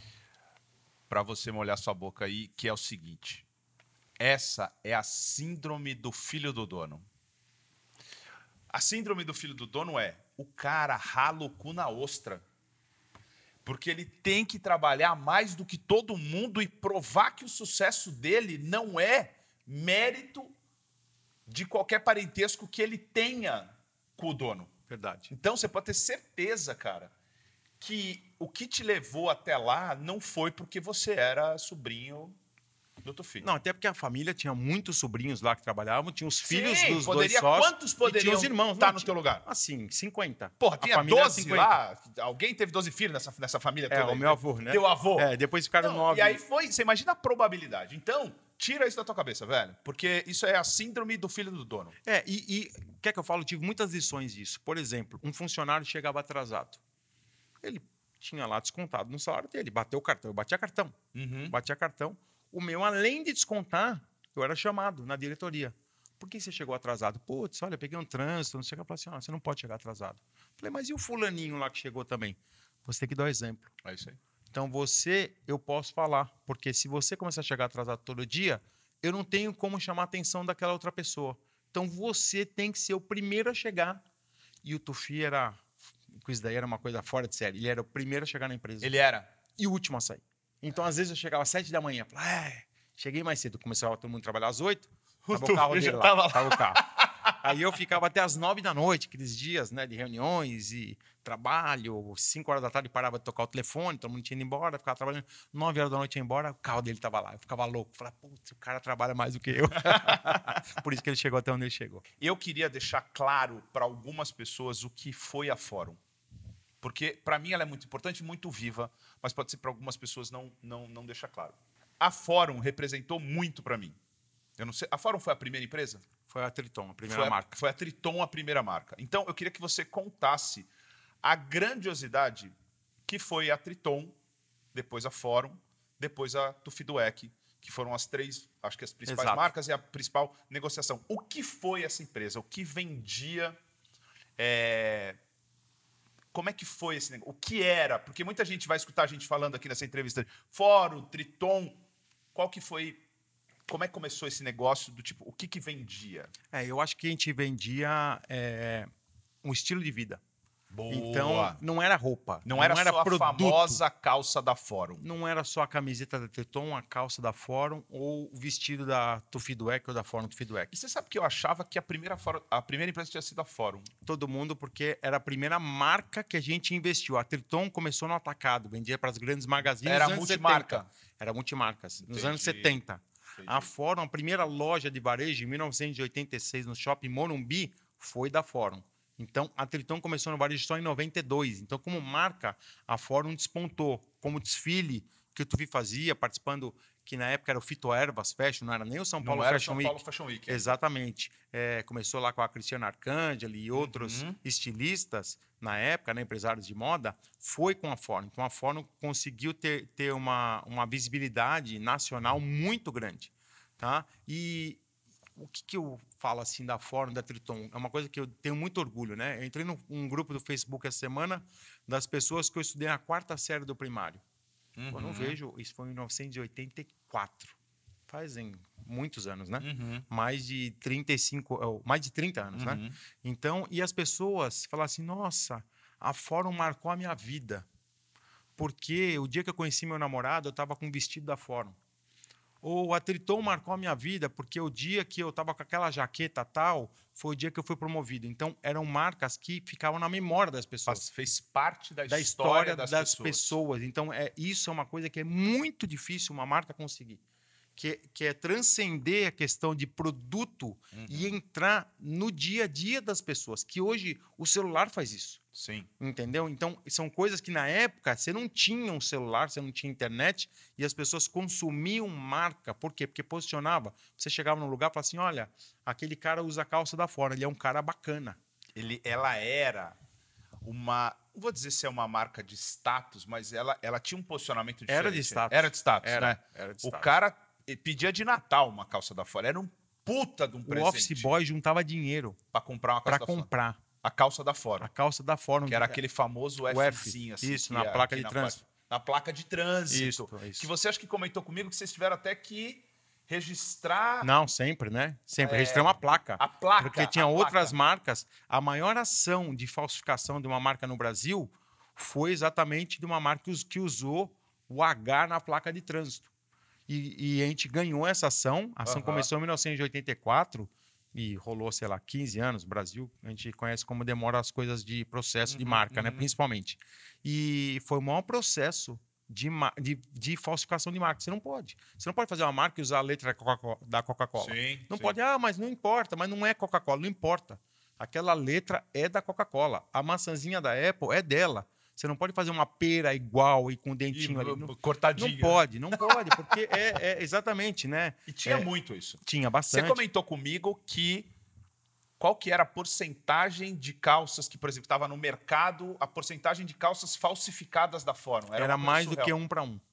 para você molhar sua boca aí, que é o seguinte. Essa é a síndrome do filho do dono. A síndrome do filho do dono é o cara rala o cu na ostra. Porque ele tem que trabalhar mais do que todo mundo e provar que o sucesso dele não é mérito de qualquer parentesco que ele tenha com o dono. Verdade. Então, você pode ter certeza, cara, que o que te levou até lá não foi porque você era sobrinho do Tufi. Não, até porque a família tinha muitos sobrinhos lá que trabalhavam, tinha os filhos Sim, dos poderia, dois sócios. Quantos poderiam tinha os irmãos estar não, no tinha, teu lugar? Assim, cinquenta. Porra, a tinha doze lá? Alguém teve doze filhos nessa, nessa família toda? É, aí, o meu avô, né? Teu avô? É, depois ficaram não, nove. E aí foi, você imagina a probabilidade. Então, tira isso da tua cabeça, velho. Porque isso é a síndrome do filho do dono. É, e, e quer que eu falo? Eu tive muitas lições disso. Por exemplo, um funcionário chegava atrasado. Ele tinha lá descontado no salário dele, bateu o cartão. Eu batia cartão. Uhum. Batia cartão. O meu, além de descontar, eu era chamado na diretoria. Por que você chegou atrasado? Putz, olha, peguei um trânsito, não sei o que. Eu falei assim, ah, você não pode chegar atrasado. Eu falei, mas e o fulaninho lá que chegou também? Você tem que dar o exemplo. É isso aí. Então, você, eu posso falar. Porque se você começar a chegar atrasado todo dia, eu não tenho como chamar a atenção daquela outra pessoa. Então, você tem que ser o primeiro a chegar. E o Tufi era... Isso daí era uma coisa fora de série. Ele era o primeiro a chegar na empresa. Ele era? E o último a sair. Então, às vezes, eu chegava às sete da manhã. Falava, ah, cheguei mais cedo. Começava todo mundo a trabalhar às oito. Tava o carro dele lá. Tava, lá. tava o carro. Aí eu ficava até às nove da noite, aqueles dias, né, de reuniões e trabalho. Cinco horas da tarde parava de tocar o telefone, todo mundo tinha ido embora, ficava trabalhando. Nove horas da noite ia embora, o carro dele tava lá. Eu ficava louco. Falava, putz, o cara trabalha mais do que eu. Por isso que ele chegou até onde ele chegou. Eu queria deixar claro para algumas pessoas o que foi a Fórum. Porque, para mim, ela é muito importante, muito viva, mas pode ser para algumas pessoas não, não, não deixa claro. A Fórum representou muito para mim. Eu não sei, a Fórum foi a primeira empresa? Foi a Triton, a primeira foi a, marca. Foi a Triton a primeira marca. Então, eu queria que você contasse a grandiosidade que foi a Triton, depois a Fórum, depois a Tufiduec, que foram as três, acho que as principais Exato. marcas e a principal negociação. O que foi essa empresa? O que vendia? É... Como é que foi esse negócio? O que era? Porque muita gente vai escutar a gente falando aqui nessa entrevista. Fórum, Triton, qual que foi... Como é que começou esse negócio do tipo, o que, que vendia? É, eu acho que a gente vendia é, um estilo de vida. Boa. Então, não era roupa. Não, não era, era só produto. a famosa calça da Fórum. Não era só a camiseta da Triton, a calça da Fórum ou o vestido da Tufiduec ou da Fórum Tufiduec. E você sabe que eu achava que a primeira, Fórum, a primeira empresa tinha sido a Fórum. Todo mundo, porque era a primeira marca que a gente investiu. A Triton começou no atacado, vendia para as grandes magazines Era nos anos multimarca. setenta. Era multimarcas. Nos Entendi. anos setenta. Entendi. A Fórum, a primeira loja de varejo, em mil novecentos e oitenta e seis, no Shopping Morumbi, foi da Fórum. Então, a Triton começou no varejo só em noventa e dois. Então, como marca, a Fórum despontou. Como desfile que o Tufi fazia, participando, que na época era o Fitoervas Fashion, não era nem o São Paulo não era Fashion São Week. Paulo Fashion Week. Exatamente. É, começou lá com a Cristiana Arcangeli e outros Uhum. estilistas, na época, né, empresários de moda, foi com a Fórum. Então, a Fórum conseguiu ter, ter uma, uma visibilidade nacional muito grande. Tá? E o que, que eu falo assim da Fórum, da Triton? É uma coisa que eu tenho muito orgulho, né? Eu entrei num um grupo do Facebook essa semana das pessoas que eu estudei na quarta série do primário. Uhum. Eu não vejo, isso foi em mil novecentos e oitenta e quatro. Fazem muitos anos, né? Uhum. Mais de trinta e cinco, mais de trinta anos, Uhum. né? Então, e as pessoas falam assim: "Nossa, a Fórum marcou a minha vida". Porque o dia que eu conheci meu namorado, eu estava com um vestido da Fórum. Ou a Triton marcou a minha vida porque o dia que eu estava com aquela jaqueta tal foi o dia que eu fui promovido. Então, eram marcas que ficavam na memória das pessoas. Fez parte da, da história, história das, das pessoas. pessoas. Então, é, isso é uma coisa que é muito difícil uma marca conseguir. Que, que é transcender a questão de produto Uhum. e entrar no dia a dia das pessoas. Que hoje o celular faz isso. Sim. Entendeu? Então, são coisas que na época você não tinha um celular, você não tinha internet e as pessoas consumiam marca. Por quê? Porque posicionava. Você chegava num lugar e falava assim: olha, aquele cara usa a calça da Fórum, ele é um cara bacana. Ele, ela era uma... Não vou dizer se é uma marca de status, mas ela, ela tinha um posicionamento diferente. Era de status. Era de status, Era, né? era de o status. cara pedia de Natal uma calça da Fórum. Era um puta de um O presente. office boy juntava dinheiro para comprar uma calça para da Fórum. comprar A calça da Fórum. a calça da Fórum. Que era aquele famoso o Fzinho. F. Assim, Isso, na placa de na trânsito. Placa, na placa de trânsito. Isso, isso. Que você acha que comentou comigo que vocês tiveram até que registrar... Não, sempre, né? Sempre. É, Registramos a placa. A placa. Porque tinha a outras placa. marcas. A maior ação de falsificação de uma marca no Brasil foi exatamente de uma marca que usou o H na placa de trânsito. E, e a gente ganhou essa ação. A ação Uhum. começou em mil novecentos e oitenta e quatro e rolou, sei lá, quinze anos. O Brasil, a gente conhece como demora as coisas de processo Uhum, de marca, uhum. né? Principalmente. E foi o maior processo de, de, de falsificação de marca. Você não pode. Você não pode fazer uma marca e usar a letra da Coca-Cola. Sim, Não sim. pode, ah, mas não importa, mas não é Coca-Cola. Não importa. Aquela letra é da Coca-Cola. A maçãzinha da Apple é dela. Você não pode fazer uma pera igual e com dentinho E, ali. Não, cortadinho. não pode, não pode, porque é, é exatamente, né? E tinha É, muito isso. Tinha bastante. Você comentou comigo que qual que era a porcentagem de calças que, por exemplo, estava no mercado, a porcentagem de calças falsificadas da Fórum? Era, Era mais surreal. do que um para um.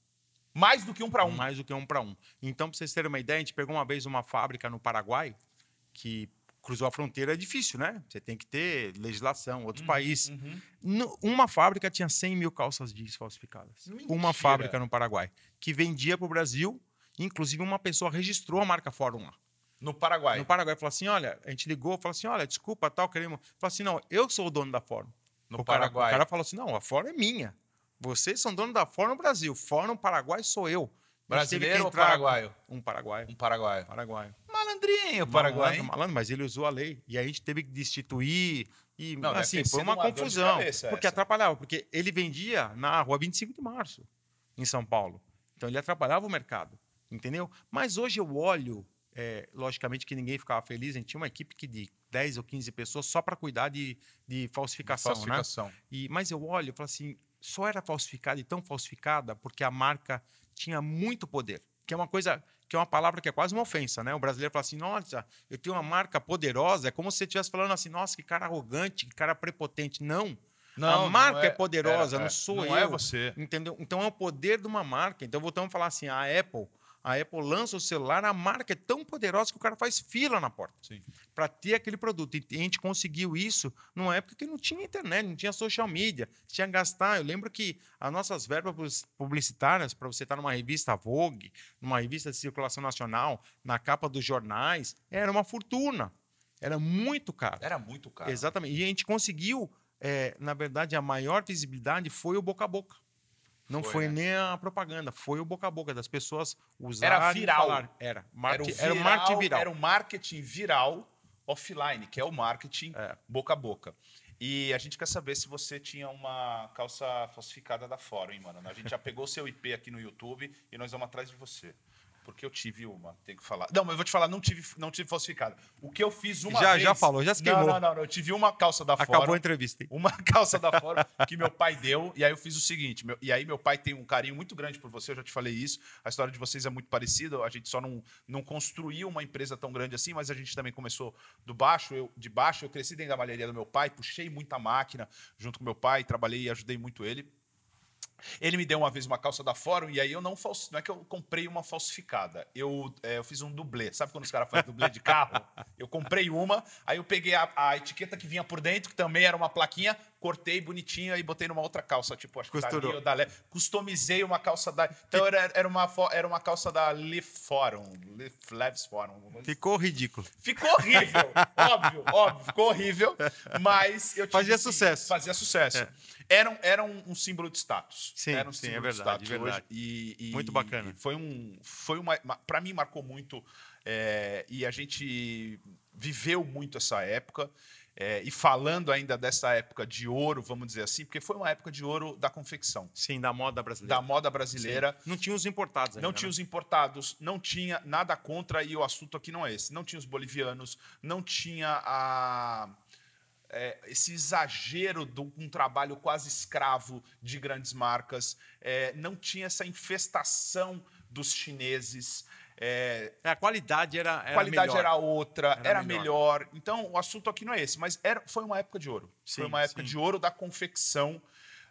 Mais do que um para um. Mais do que um para um. Então, para vocês terem uma ideia, a gente pegou uma vez uma fábrica no Paraguai que cruzou a fronteira, é difícil, né? Você tem que ter legislação, outro Uhum, país. uhum. No- Uma fábrica tinha cem mil calças jeans falsificadas. Mentira. Uma fábrica no Paraguai, que vendia para o Brasil. Inclusive, uma pessoa registrou a marca Fórum lá. No Paraguai. No Paraguai, falou assim, olha, a gente ligou, falou assim, olha, desculpa, tal, queremos... Falou assim, não, eu sou o dono da Fórum. No o cara, Paraguai. O cara falou assim, não, a Fórum é minha. Vocês são dono da Fórum no Brasil. Fórum Paraguai sou eu. A gente teve que Brasileiro ou entrar- paraguaio? Um paraguaio. Um paraguaio. Paraguaio. Malandrinho, o Paraguai. Malandro, hein? malandro, mas ele usou a lei. E aí a gente teve que destituir. E, Não, deve assim, ter foi sido uma uma dor de confusão. cabeça Porque essa. atrapalhava. Porque ele vendia na rua vinte e cinco de março, em São Paulo. Então ele atrapalhava o mercado. Entendeu? Mas hoje eu olho, é, logicamente que ninguém ficava feliz. A gente tinha uma equipe que de dez ou quinze pessoas só para cuidar de, de falsificação. Falsificação. Né? E, mas eu olho e falo assim, só era falsificada e tão falsificada porque a marca tinha muito poder. Que é uma coisa, que é uma palavra que é quase uma ofensa, né? O brasileiro fala assim, nossa, eu tenho uma marca poderosa. É como se você estivesse falando assim, nossa, que cara arrogante, que cara prepotente. Não. Não, a marca não é, é- poderosa, é, não é. sou Não eu. é você. Entendeu? Então é o poder de uma marca. Então voltamos a falar assim, a Apple, a Apple lança o celular, a marca é tão poderosa que o cara faz fila na porta Sim. para ter aquele produto. E a gente conseguiu isso numa época que não tinha internet, não tinha social media, tinha que gastar. Eu lembro que as nossas verbas publicitárias, para você estar numa revista Vogue, numa revista de circulação nacional, na capa dos jornais, era uma fortuna. Era muito caro. Era muito caro. Exatamente. E a gente conseguiu, é, na verdade, a maior visibilidade foi o boca a boca. Não Foi, foi, né? nem a propaganda, foi o boca a boca das pessoas usarem Era e viral. falar. Era. Era o, Marketing, viral, era o marketing viral. Era o marketing viral offline, que é o marketing É. boca a boca. E a gente quer saber se você tinha uma calça falsificada da Fórum, hein, mano? A gente já pegou o seu I P aqui no YouTube e nós vamos atrás de você. Porque eu tive uma, tem que falar. Não, mas eu vou te falar, não tive, não tive falsificada. O que eu fiz uma Já- vez... já falou, já se Não, queimou. não, não, não. Eu tive uma calça da Fórum. Acabou a entrevista. hein? Uma calça da Fórum que meu pai deu, e aí eu fiz o seguinte, meu- e aí meu pai tem um carinho muito grande por você, eu já te falei isso, a história de vocês é muito parecida, a gente só não, não construiu uma empresa tão grande assim, mas a gente também começou do baixo, eu, de baixo, eu cresci dentro da malharia do meu pai, puxei muita máquina junto com meu pai, trabalhei e ajudei muito ele. Ele me deu uma vez uma calça da Fórum, e aí eu não falsi... não é que eu comprei uma falsificada. Eu, é, eu fiz um dublê. Sabe quando os caras fazem dublê de carro? Eu comprei uma, aí eu peguei a, a etiqueta que vinha por dentro, que também era uma plaquinha, cortei bonitinho e botei numa outra calça, tipo, acho que da Costurou. Lee ou da Le... Customizei uma calça da. Então era, era, uma, fo- era uma calça da Lee Forum, Lee Leves Forum. alguma coisa assim. Ficou ridículo. Ficou horrível, óbvio, óbvio, ficou horrível, mas eu tive, Fazia sim, sucesso. Fazia sucesso. É. Era, um, era um, um símbolo de status. Sim, era um sim, símbolo é de verdade, status verdade. hoje. E, e- Muito bacana. e foi um, foi uma, para mim marcou muito é, e a gente viveu muito essa época. É, e falando ainda dessa época de ouro, vamos dizer assim, porque foi uma época de ouro da confecção, Sim, da moda brasileira. da moda brasileira. Sim. Não tinha os importados ainda. Não tinha né? os importados, não tinha nada contra, e o assunto aqui não é esse. Não tinha os bolivianos, não tinha a, é, esse exagero de um trabalho quase escravo de grandes marcas, é, não tinha essa infestação dos chineses. É, É, a qualidade era, era a qualidade melhor. era outra, era, Era melhor. melhor. Então, o assunto aqui não é esse, mas era, foi uma época de ouro. Sim, foi uma época sim. de ouro da confecção.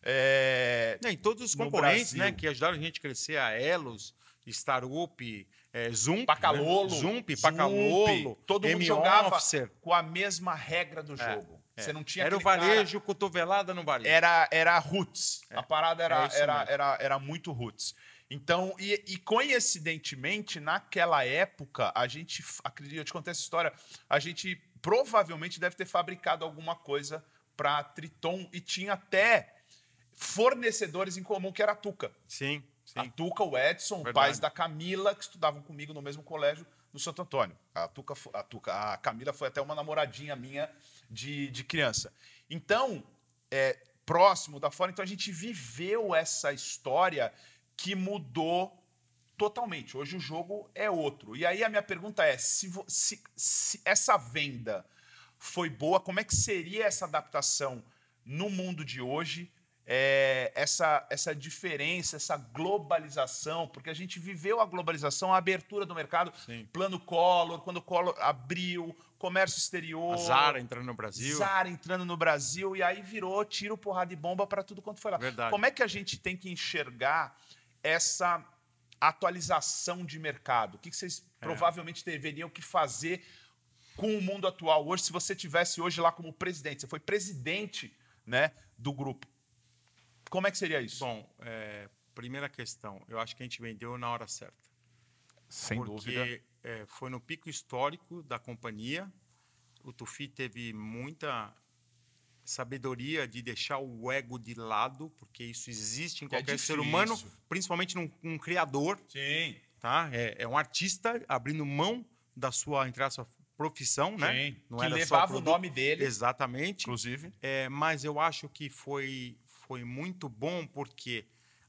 é, Né, e todos os no concorrentes, Brasil. né, que ajudaram a gente a crescer, a Elos, Starup, é, Zump, Pacalolo, né? Zump, Zump, Pacalolo, todo mundo M jogava Officer. com a mesma regra do É, jogo. é. Você não tinha Era o aquele cara- varejo, cotovelada no varejo. era era roots. É, A parada era, é isso era, mesmo. era, era muito roots. Então, e, e coincidentemente, naquela época, a gente, acredito, eu te contei essa história, a gente provavelmente deve ter fabricado alguma coisa para Triton e tinha até fornecedores em comum, que era a Tuca. Sim, A sim. Tuca, o Edson, Verdade. pais da Camila, que estudavam comigo no mesmo colégio no Santo Antônio. A Tuca, fo- a, Tuca, a Camila foi até uma namoradinha minha de, de criança. Então, é, próximo da fora, então a gente viveu essa história que mudou totalmente. Hoje o jogo é outro. E aí a minha pergunta é, se, vo- se- se essa venda foi boa, como é que seria essa adaptação no mundo de hoje? É, essa, essa diferença, essa globalização, porque a gente viveu a globalização, a abertura do mercado, Sim. plano Collor, quando o Collor abriu, comércio exterior, A Zara entrando no Brasil. Zara entrando no Brasil, e aí virou tiro, porrada e bomba para tudo quanto foi lá. Verdade. Como é que a gente tem que enxergar essa atualização de mercado? O que, que vocês é. provavelmente deveriam que fazer com o mundo atual hoje, se você tivesse hoje lá como presidente? Você foi presidente, né, do grupo. Como é que seria isso? Bom, é, primeira questão, eu acho que a gente vendeu na hora certa. Sem porque, dúvida. Porque é, foi no pico histórico da companhia. O Tufy teve muita sabedoria de deixar o ego de lado, porque isso existe em qualquer é ser humano, principalmente num, num criador. Sim. Tá? É, é um artista abrindo mão da sua, entre aspas, profissão, Sim. né? Não que era levava só o nome dele. Exatamente. Inclusive. É, mas eu acho que foi, foi muito bom porque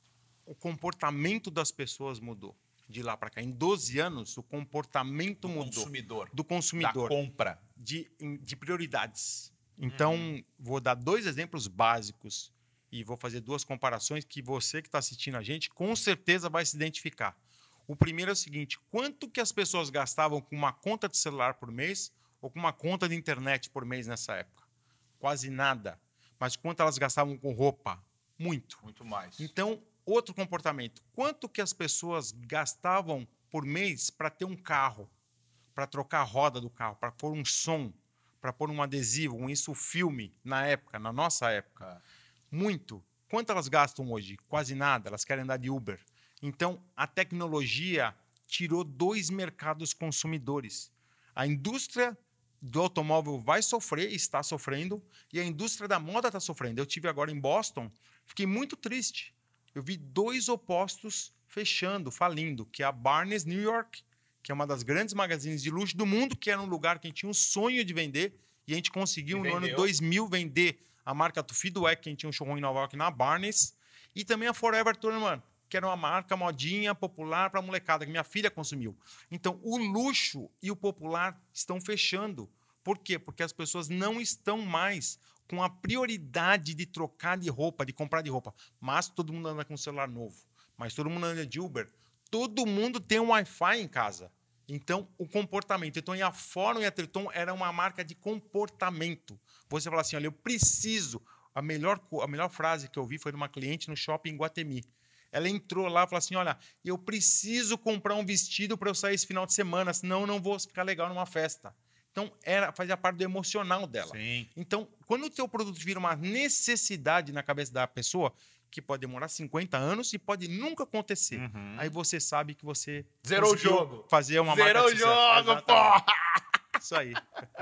o comportamento das pessoas mudou de lá para cá. Em doze anos, o comportamento do mudou. Consumidor. Do consumidor. Da compra. De, de prioridades. Então, uhum. vou dar dois exemplos básicos e vou fazer duas comparações que você que está assistindo a gente com certeza vai se identificar. O primeiro é o seguinte: quanto que as pessoas gastavam com uma conta de celular por mês ou com uma conta de internet por mês nessa época? Quase nada. Mas quanto elas gastavam com roupa? Muito. Muito mais. Então, outro comportamento. Quanto que as pessoas gastavam por mês para ter um carro, para trocar a roda do carro, para pôr um som, para pôr um adesivo, um isso filme na época, na nossa época? Ah. Muito. Quanto elas gastam hoje? Quase nada. Elas querem andar de Uber. Então, a tecnologia tirou dois mercados consumidores. A indústria do automóvel vai sofrer, está sofrendo, e a indústria da moda está sofrendo. Eu tive agora em Boston, fiquei muito triste. Eu vi dois opostos fechando, falindo, que é a Barnes New York, que é uma das grandes magazines de luxo do mundo, que era um lugar que a gente tinha um sonho de vender, e a gente conseguiu, no ano dois mil, vender a marca Tufy Dueck, que a gente tinha um showroom em Nova York na Barnes, e também a Forever twenty-one, que era uma marca modinha, popular para a molecada, que minha filha consumiu. Então, o luxo e o popular estão fechando. Por quê? Porque as pessoas não estão mais com a prioridade de trocar de roupa, de comprar de roupa. Mas todo mundo anda com um celular novo. Mas todo mundo anda de Uber. Todo mundo tem um Wi-Fi em casa. Então, o comportamento. Então, a Fórum e a Triton era uma marca de comportamento. Você fala assim, olha, eu preciso... A melhor, a melhor frase que eu vi foi de uma cliente no shopping em Guatemi. Ela entrou lá e falou assim, olha, eu preciso comprar um vestido para eu sair esse final de semana, senão eu não vou ficar legal numa festa. Então, era, fazia parte do emocional dela. Sim. Então, quando o teu produto vira uma necessidade na cabeça da pessoa, que pode demorar cinquenta anos e pode nunca acontecer, uhum. aí você sabe que você zerou o jogo. Fazer uma Zerou marca o jogo, porra! Isso aí.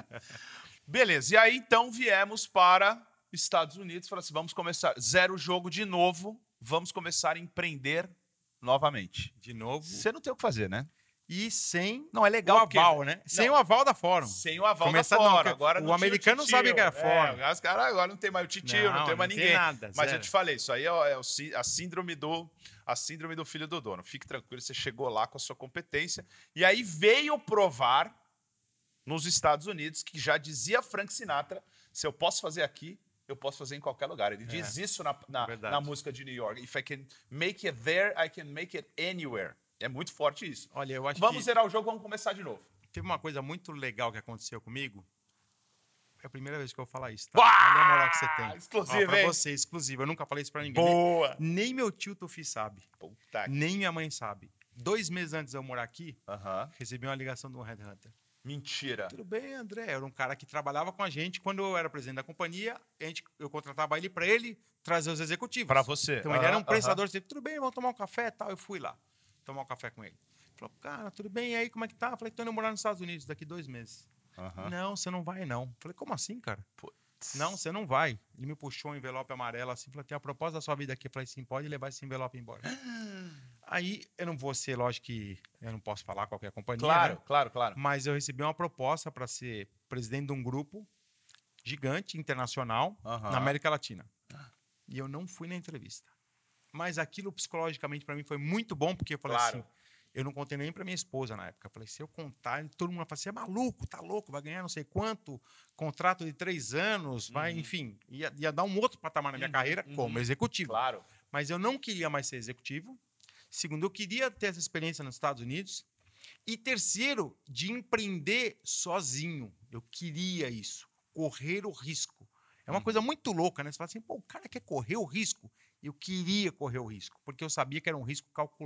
Beleza, e aí então viemos para Estados Unidos e falamos assim, vamos começar, zero o jogo de novo, vamos começar a empreender novamente. De novo. Você não tem o que fazer, né? E sem não é legal o aval, né? Sem não, o aval da Fórum. Sem o aval Começar, da Fórum. Não, agora o não americano não sabe que é Fórum. É, os caras agora não tem mais o titio, não, não tem mais não ninguém. Tem nada, Mas zero. eu te falei, isso aí é, é a síndrome do a síndrome do filho do dono. Fique tranquilo, você chegou lá com a sua competência e aí veio provar nos Estados Unidos que já dizia Frank Sinatra, se eu posso fazer aqui, eu posso fazer em qualquer lugar. Ele diz é, isso na, na, na música de New York. If I can make it there, I can make it anywhere. É muito forte isso. Olha, eu acho vamos que... zerar o jogo, vamos começar de novo. Teve uma coisa muito legal que aconteceu comigo. É a primeira vez que eu vou falar isso, tá? Olha a moral que você tem. Exclusivo, Ó, pra hein? você, exclusivo. Eu nunca falei isso pra ninguém. Boa! Nem, nem meu tio Tufy sabe. Puta nem minha mãe sabe. Dois meses antes de eu morar aqui, uh-huh. recebi uma ligação de um headhunter. Mentira. Tudo bem, André? Era um cara que trabalhava com a gente. Quando eu era presidente da companhia, a gente, eu contratava ele para ele trazer os executivos. Para você. Então, uh-huh, ele era um prestador. Uh-huh. Disse, tudo bem, vamos tomar um café e tal. Eu fui lá tomar um café com ele. Ele falou, cara, tudo bem? E aí, como é que tá? Eu falei, tô indo morar nos Estados Unidos daqui dois meses. Uh-huh. Não, você não vai, não. Eu falei, como assim, cara? Putz. Não, você não vai. Ele me puxou um envelope amarelo assim, falou, tem a proposta da sua vida aqui. Eu falei, sim, pode levar esse envelope embora. Aí, eu não vou ser, lógico que eu não posso falar qualquer companhia. Claro, né? claro, claro. Mas eu recebi uma proposta para ser presidente de um grupo gigante, internacional, uh-huh. na América Latina. E eu não fui na entrevista. Mas aquilo, psicologicamente, para mim, foi muito bom, porque eu falei claro. assim, eu não contei nem para minha esposa na época. Eu falei, se eu contar, todo mundo vai falar, você é maluco, tá louco, vai ganhar não sei quanto, contrato de três anos, vai, uhum. enfim, ia, ia dar um outro patamar na minha uhum. carreira uhum. como executivo. Claro. Mas eu não queria mais ser executivo. Segundo, eu queria ter essa experiência nos Estados Unidos. E terceiro, de empreender sozinho. Eu queria isso, correr o risco. É uma uhum. coisa muito louca, né? Você fala assim, pô, o cara quer correr o risco. Eu queria correr o risco, porque eu sabia que era um risco calculado.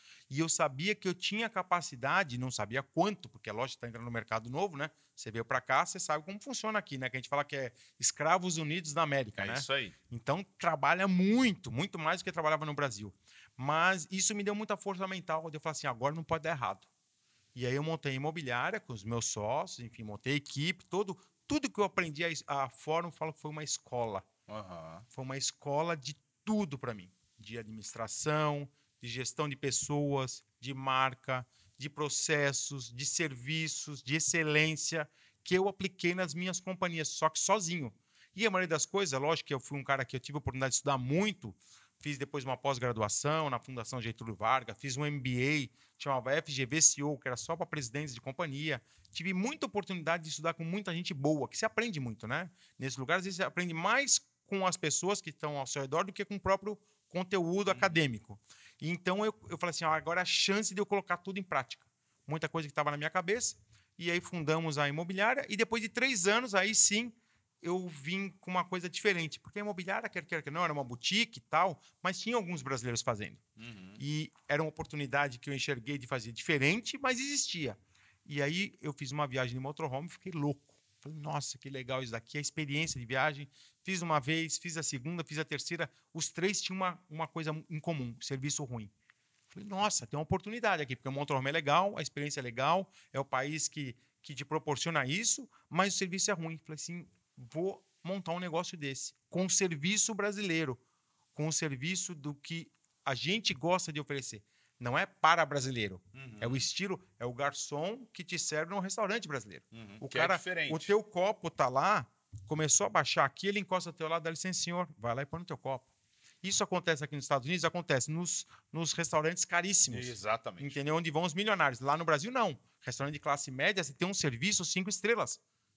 E eu sabia que eu tinha capacidade, não sabia quanto, porque a loja está entrando no mercado novo, né? Você veio para cá, você sabe como funciona aqui, né? Que a gente fala que é escravos unidos da América, É né? isso aí. Então, trabalha muito, muito mais do que trabalhava no Brasil. Mas isso me deu muita força mental, quando eu falei assim, agora não pode dar errado. E aí eu montei a imobiliária com os meus sócios, enfim, montei a equipe, todo, tudo que eu aprendi a, a Fórum, eu falo que foi uma escola. Uhum. Foi uma escola de tudo para mim, de administração, de gestão de pessoas, de marca, de processos, de serviços, de excelência, que eu apliquei nas minhas companhias, só que sozinho. E a maioria das coisas, lógico que eu fui um cara que eu tive a oportunidade de estudar muito, fiz depois uma pós-graduação na Fundação Getúlio Vargas, fiz um M B A, chamava F G V C O, que era só para presidentes de companhia. Tive muita oportunidade de estudar com muita gente boa, que se aprende muito, né? Nesse lugar, às vezes, você aprende mais com as pessoas que estão ao seu redor do que com o próprio conteúdo Uhum. acadêmico. E então eu, eu falei assim, ó, agora é a chance de eu colocar tudo em prática. Muita coisa que estava na minha cabeça. E aí fundamos a imobiliária. E depois de três anos, aí sim, eu vim com uma coisa diferente. Porque a imobiliária, quer queira que não, era uma boutique e tal, mas tinha alguns brasileiros fazendo. Uhum. E era uma oportunidade que eu enxerguei de fazer diferente, mas existia. E aí eu fiz uma viagem de motorhome e fiquei louco. Falei, nossa, que legal isso daqui, a experiência de viagem. Fiz uma vez, fiz a segunda, fiz a terceira. Os três tinham uma, uma coisa em comum, serviço ruim. Falei, nossa, tem uma oportunidade aqui, porque o motorhome é legal, a experiência é legal, é o país que, que te proporciona isso, mas o serviço é ruim. Falei assim, vou montar um negócio desse, com o serviço brasileiro, com o serviço do que a gente gosta de oferecer. Não é para brasileiro. Uhum. É o estilo, é o garçom que te serve num restaurante brasileiro. Uhum. O Que cara, é diferente. o teu copo tá lá, começou a baixar aqui, ele encosta ao teu lado, dá licença, senhor, vai lá e põe no teu copo. Isso acontece aqui nos Estados Unidos, acontece nos, nos restaurantes caríssimos. Exatamente. Entendeu? Onde vão os milionários. Lá no Brasil, não. Restaurante de classe média, você tem um serviço cinco estrelas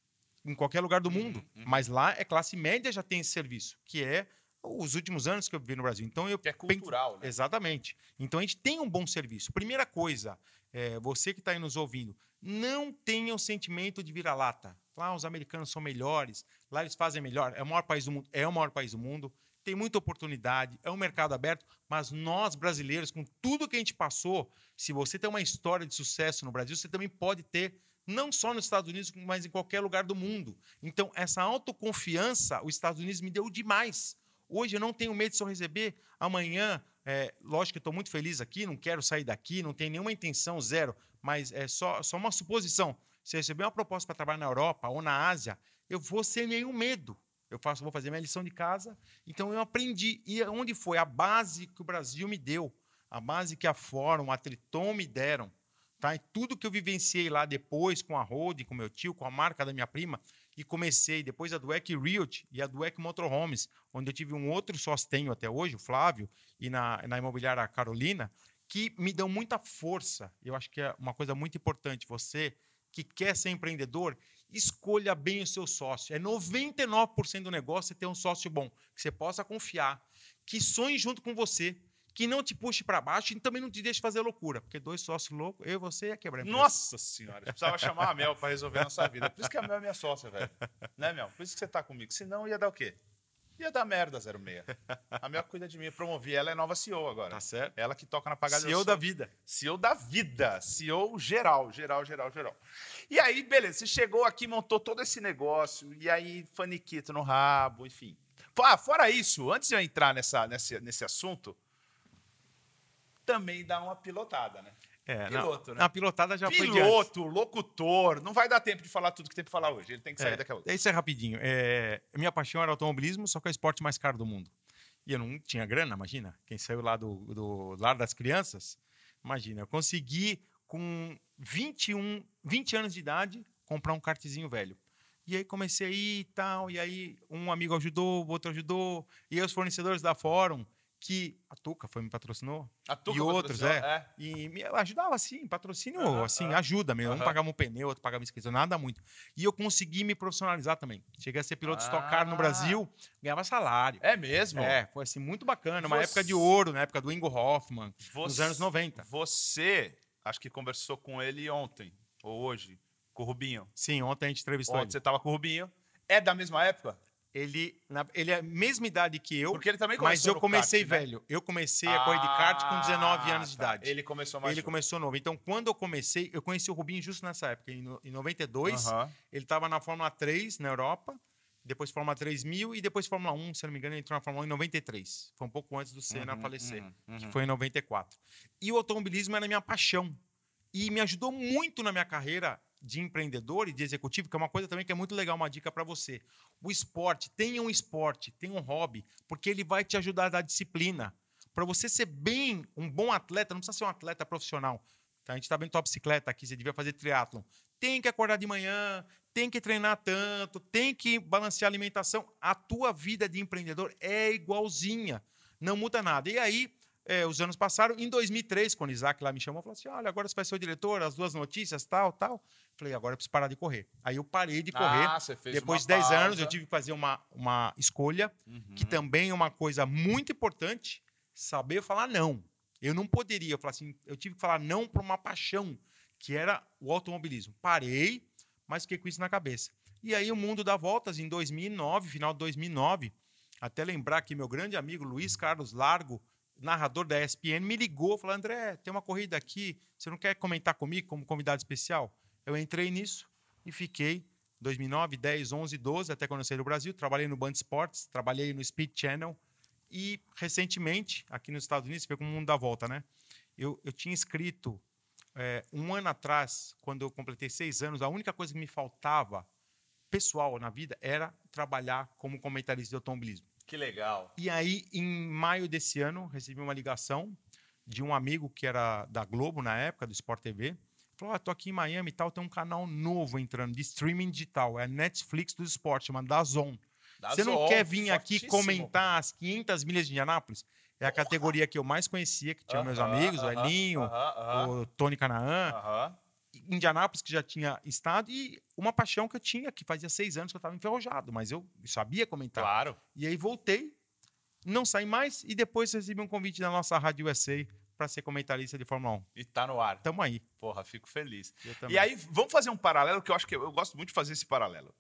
em qualquer lugar do Uhum, mundo. uhum. Mas lá é classe média, já tem esse serviço, que é os últimos anos que eu vivi no Brasil. Então eu Que é cultural, né? Exatamente. Então a gente tem um bom serviço. Primeira coisa, é, você que está aí nos ouvindo, não tenha o sentimento de vira-lata. Lá os americanos são melhores, lá eles fazem melhor. É o maior país do mundo, é o maior país do mundo. Tem muita oportunidade, é um mercado aberto, mas nós brasileiros, com tudo que a gente passou, se você tem uma história de sucesso no Brasil, você também pode ter, não só nos Estados Unidos, mas em qualquer lugar do mundo. Então, essa autoconfiança, os Estados Unidos me deu demais. Hoje eu não tenho medo de só receber amanhã. É, lógico que estou muito feliz aqui, não quero sair daqui, não tenho nenhuma intenção, zero, mas é só, só uma suposição. Se eu receber uma proposta para trabalhar na Europa ou na Ásia, eu vou sem nenhum medo. Eu faço, vou fazer minha lição de casa. Então eu aprendi. E onde foi? A base que o Brasil me deu, a base que a Fórum, a Triton me deram. Tá? E tudo que eu vivenciei lá depois com a Road, com meu tio, com a marca da minha prima, e comecei depois a Dweck Realty e a Dweck Motorhomes, onde eu tive um outro sócio, tenho até hoje, o Flávio, e na, na imobiliária Carolina, que me dão muita força. Eu acho que é uma coisa muito importante. Você que quer ser empreendedor, escolha bem o seu sócio. É noventa e nove por cento do negócio você ter um sócio bom, que você possa confiar, que sonhe junto com você, que não te puxe para baixo e também não te deixe fazer loucura. Porque dois sócios loucos, eu e você ia quebrar a empresa. Nossa senhora, eu precisava chamar a Mel para resolver a nossa vida. Por isso que a Mel é minha sócia, velho. Né, Mel? Por isso que você tá comigo. Senão ia dar o quê? Ia dar merda, zero seis. A Mel cuida de mim, eu promovi. Ela é nova C E O agora. Tá certo. Ela que toca na pagada. C E O da vida. C E O da vida. C E O geral, geral, geral, geral. E aí, beleza, você chegou aqui, montou todo esse negócio, e aí, faniquito no rabo, enfim. Ah, fora isso, antes de eu entrar nessa, nesse, nesse assunto, também dá uma pilotada, né? É, Piloto, não, né? A pilotada já foi de Piloto, locutor, não vai dar tempo de falar tudo que tem para falar hoje. Ele tem que sair É, daqui a pouco. isso é rapidinho. É, minha paixão era automobilismo, só que é o esporte mais caro do mundo. E eu não tinha grana, imagina. Quem saiu lá do, do lar das crianças, imagina. Eu consegui, com vinte e um, vinte anos de idade, comprar um kartzinho velho. E aí comecei a ir e tal, e aí um amigo ajudou, o outro ajudou, e aí os fornecedores da Fórum, que a Tuca foi me patrocinou, A Tuca e outros, é, é. e me ajudava assim, patrocínio, Aham, assim, aham. ajuda mesmo. Um Aham. pagava um pneu, outro pagava inscrição, nada muito. E eu consegui me profissionalizar também. Cheguei a ser piloto de Stock Car no Ah. Brasil, ganhava salário. É mesmo? É, foi assim, muito bacana. Uma Você- época de ouro, na época do Ingo Hoffman, Você- nos anos noventa. Você, acho que conversou com ele ontem, ou hoje, com o Rubinho. Sim, ontem a gente entrevistou Ontem ele. você estava com o Rubinho. É da mesma época? Ele, na, ele é a mesma idade que eu, Porque ele também mas começou eu no comecei kart, né? velho. Eu comecei a correr de kart com dezenove anos de tá. idade. Ele começou mais Ele novo. começou novo. Então, quando eu comecei, eu conheci o Rubinho justo nessa época. Em, no- em noventa e dois, Aham. ele estava na Fórmula três na Europa, depois Fórmula três mil e depois Fórmula um, se eu não me engano, ele entrou na Fórmula um em noventa e três. Foi um pouco antes do Senna Uhum, falecer, uhum, uhum. que foi em noventa e quatro. E o automobilismo era minha paixão. E me ajudou muito na minha carreira de empreendedor e de executivo, que é uma coisa também que é muito legal, uma dica para você. O esporte, tenha um esporte, tenha um hobby, porque ele vai te ajudar a dar disciplina. Para você ser bem, um bom atleta, não precisa ser um atleta profissional. Tá? A gente está vendo tua bicicleta aqui, você devia fazer triatlon. Tem que acordar de manhã, tem que treinar tanto, tem que balancear a alimentação. A tua vida de empreendedor é igualzinha, não muda nada. E aí, é, os anos passaram. Em dois mil e três, quando o Isaac lá me chamou, falou assim: olha, agora você vai ser o diretor, as duas notícias, tal, tal. Falei, agora eu preciso parar de correr. Aí eu parei de correr. Ah, você fez Depois uma de dez anos, pausa. eu tive que fazer uma, uma escolha, Uhum. que também é uma coisa muito importante, saber falar não. Eu não poderia, eu, falar assim, eu tive que falar não para uma paixão, que era o automobilismo. Parei, mas fiquei com isso na cabeça. E aí o mundo dá voltas em dois mil e nove, final de dois mil e nove, até lembrar que meu grande amigo Luiz Carlos Largo, narrador da E S P N, me ligou, falou: André, tem uma corrida aqui, você não quer comentar comigo como convidado especial? Eu entrei nisso e fiquei dois mil e nove, dez, onze, doze, até quando eu saí do Brasil. Trabalhei no Band Sports, trabalhei no Speed Channel e, recentemente, aqui nos Estados Unidos, foi como o mundo dá volta, né? Eu, eu tinha escrito, é, um ano atrás, quando eu completei seis anos, a única coisa que me faltava, pessoal, na vida, era trabalhar como comentarista de automobilismo. Que legal. E aí, em maio desse ano, recebi uma ligação de um amigo que era da Globo, na época, do Sport T V. Falou: ah, tô aqui em Miami e tal, tem um canal novo entrando, de streaming digital. É a Netflix do esporte, chama DAZN. Você não DAZN, quer vir aqui fortíssimo. comentar as quinhentas milhas de Indianápolis? É a categoria que eu mais conhecia, que tinha meus Aham, amigos, o aham, Elinho, aham, aham, o Tony Canaan. aham. Indianápolis, que já tinha estado, e uma paixão que eu tinha, que fazia seis anos que eu estava enferrujado, mas eu sabia comentar. Claro. E aí voltei, não saí mais, e depois recebi um convite da nossa Rádio U S A para ser comentarista de Fórmula um. E tá no ar. Tamo aí. Porra, fico feliz. Eu também. E aí, vamos fazer um paralelo, que eu acho que eu, eu gosto muito de fazer esse paralelo.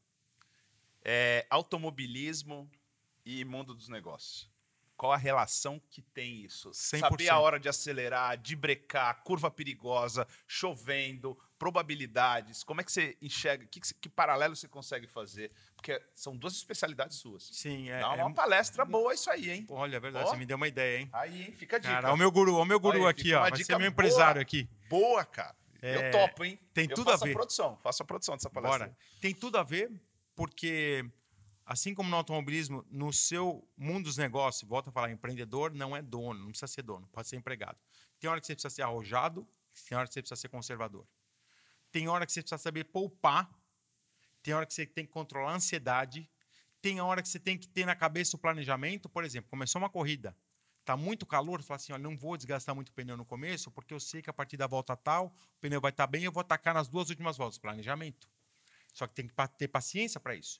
É, automobilismo e mundo dos negócios. Qual a relação que tem isso? cem por cento. Saber a hora de acelerar, de brecar, curva perigosa, chovendo, probabilidades. Como é que você enxerga? Que, que paralelo você consegue fazer? Porque são duas especialidades suas. Sim, é. Dá uma é- palestra boa isso aí, hein? Olha, é verdade, Ó. você me deu uma ideia, hein? Aí, hein? Fica a dica. Cara, ó o meu guru, ó o meu guru Olha aí, aqui, fica ó. uma Vai dica ser meu boa. empresário aqui. Boa, cara. É, Eu topo, hein? tem eu tudo a faço ver. produção, faço a produção dessa palestra. Bora. Tem tudo a ver, porque assim como no automobilismo, no seu mundo dos negócios, volta a falar, empreendedor não é dono, não precisa ser dono, pode ser empregado. Tem hora que você precisa ser arrojado, tem hora que você precisa ser conservador. Tem hora que você precisa saber poupar, tem hora que você tem que controlar a ansiedade, tem hora que você tem que ter na cabeça o planejamento. Por exemplo, começou uma corrida, está muito calor, você fala assim: olha, não vou desgastar muito o pneu no começo, porque eu sei que a partir da volta tal, o pneu vai estar bem, eu vou atacar nas duas últimas voltas. Planejamento. Só que tem que ter paciência para isso.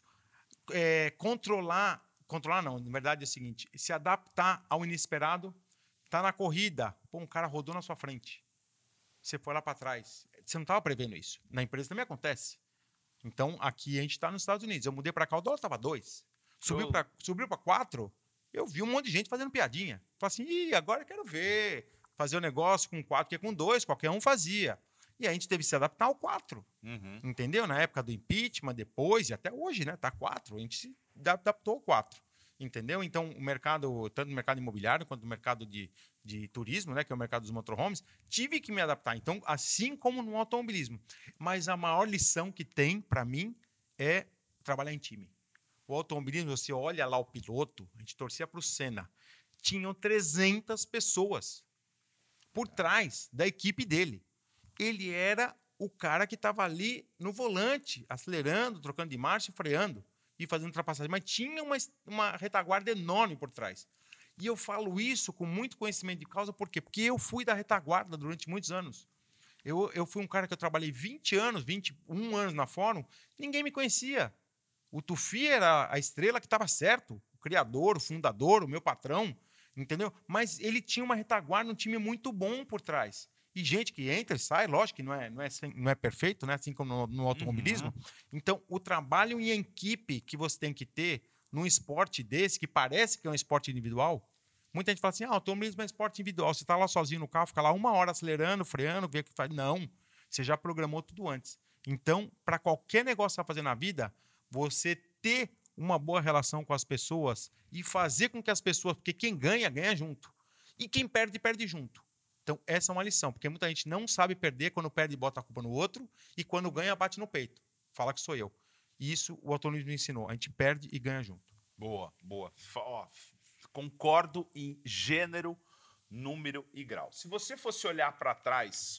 É, controlar, controlar não, na verdade é o seguinte: se adaptar ao inesperado. Tá na corrida, pô, um cara rodou na sua frente, você foi lá para trás, você não estava prevendo isso. Na empresa também acontece. Então, aqui a gente está nos Estados Unidos. Eu mudei para cá, o dólar estava dois. Subiu para subiu para quatro, eu vi um monte de gente fazendo piadinha. Falei assim: ih, agora eu quero ver. Fazer o um negócio com quatro, que é com dois, qualquer um fazia. E a gente teve que se adaptar ao quatro. Uhum. Entendeu? Na época do impeachment, depois, e até hoje, né? Tá quatro. A gente se adaptou ao quatro. Entendeu? Então, o mercado, tanto no mercado imobiliário quanto no mercado de, de turismo, né, que é o mercado dos motorhomes, tive que me adaptar. Então, assim como no automobilismo. Mas a maior lição que tem, para mim, é trabalhar em time. O automobilismo, você olha lá o piloto, a gente torcia para o Senna, tinham trezentas pessoas por trás da equipe dele. Ele era o cara que estava ali no volante, acelerando, trocando de marcha e freando e fazendo ultrapassagem, mas tinha uma, uma retaguarda enorme por trás. E eu falo isso com muito conhecimento de causa, por quê? Porque eu fui da retaguarda durante muitos anos. Eu, eu fui um cara que eu trabalhei vinte anos, vinte e um anos na Fórum, ninguém me conhecia. O Tufi era a estrela que estava certo, o criador, o fundador, o meu patrão, entendeu? Mas ele tinha uma retaguarda, um time muito bom por trás. E gente que entra e sai, lógico que não é, não é, não é perfeito, né? Assim como no, no automobilismo. Uhum. Então, o trabalho em equipe que você tem que ter num esporte desse, que parece que é um esporte individual, muita gente fala assim, ah, automobilismo é esporte individual. Você está lá sozinho no carro, fica lá uma hora acelerando, freando, vê o que faz. Não, você já programou tudo antes. Então, para qualquer negócio que você vai fazer na vida, você ter uma boa relação com as pessoas e fazer com que as pessoas... Porque quem ganha, ganha junto. E quem perde, perde junto. Então, essa é uma lição, porque muita gente não sabe perder, quando perde, bota a culpa no outro, e quando ganha, bate no peito. Fala que sou eu. E isso o automobilismo me ensinou. A gente perde e ganha junto. Boa, boa. Ó, concordo em gênero, número e grau. Se você fosse olhar para trás,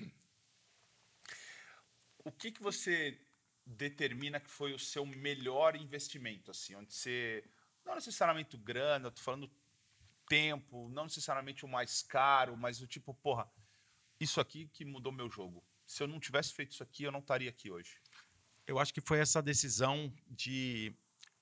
o que, que você determina que foi o seu melhor investimento? Assim, onde você, não necessariamente grana, eu tô falando tempo, não necessariamente o mais caro, mas o tipo, porra, isso aqui que mudou meu jogo. Se eu não tivesse feito isso aqui, eu não estaria aqui hoje. Eu acho que foi essa decisão de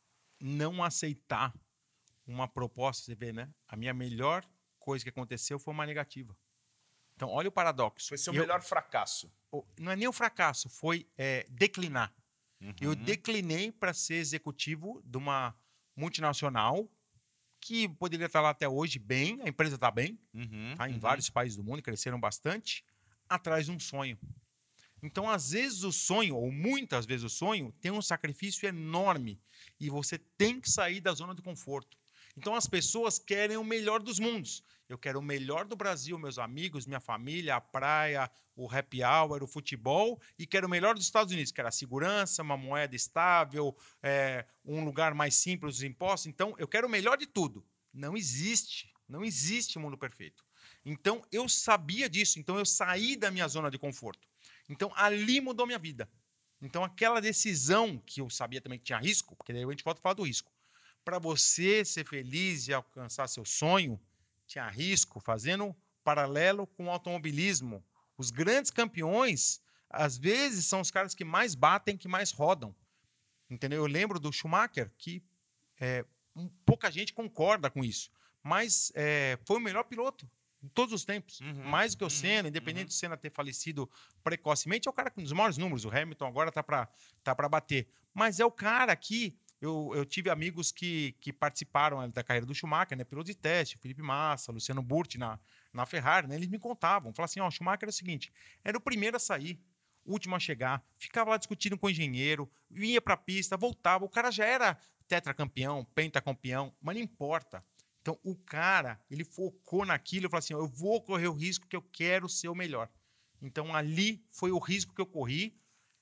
não aceitar uma proposta. Você vê, né? A minha melhor coisa que aconteceu foi uma negativa. Então, olha o paradoxo. Foi seu eu, melhor fracasso. Não é nem o fracasso, foi é, declinar. Uhum. Eu declinei para ser executivo de uma multinacional que poderia estar lá até hoje bem, a empresa está bem, Uhum, tá, em uhum. vários países do mundo, cresceram bastante, atrás de um sonho. Então, às vezes o sonho, ou muitas vezes o sonho, tem um sacrifício enorme e você tem que sair da zona de conforto. Então, as pessoas querem o melhor dos mundos. Eu quero o melhor do Brasil, meus amigos, minha família, a praia, o happy hour, o futebol, e quero o melhor dos Estados Unidos. Quero a segurança, uma moeda estável, é, um lugar mais simples dos impostos. Então, eu quero o melhor de tudo. Não existe, não existe mundo perfeito. Então, eu sabia disso, então eu saí da minha zona de conforto. Então, ali mudou minha vida. Então, aquela decisão que eu sabia também que tinha risco, porque daí a gente volta a falar do risco. Para você ser feliz e alcançar seu sonho, tinha risco, fazendo paralelo com o automobilismo. Os grandes campeões, às vezes, são os caras que mais batem, que mais rodam. Entendeu? Eu lembro do Schumacher, que é, pouca gente concorda com isso, mas é, foi o melhor piloto de todos os tempos. Uhum, mais do que o uhum, Senna, independente uhum. do Senna ter falecido precocemente, é o cara com os maiores números. O Hamilton agora está para tá para bater. Mas é o cara que... Eu, eu tive amigos que, que participaram da carreira do Schumacher, né? Piloto de teste, Felipe Massa, Luciano Burti na, na Ferrari, né? Eles me contavam, falavam assim, ó, o Schumacher era o seguinte, era o primeiro a sair, o último a chegar, ficava lá discutindo com o engenheiro, vinha para a pista, voltava, o cara já era tetracampeão, pentacampeão, mas não importa. Então, o cara, ele focou naquilo e falou assim, ó, eu vou correr o risco que eu quero ser o melhor. Então, ali foi o risco que eu corri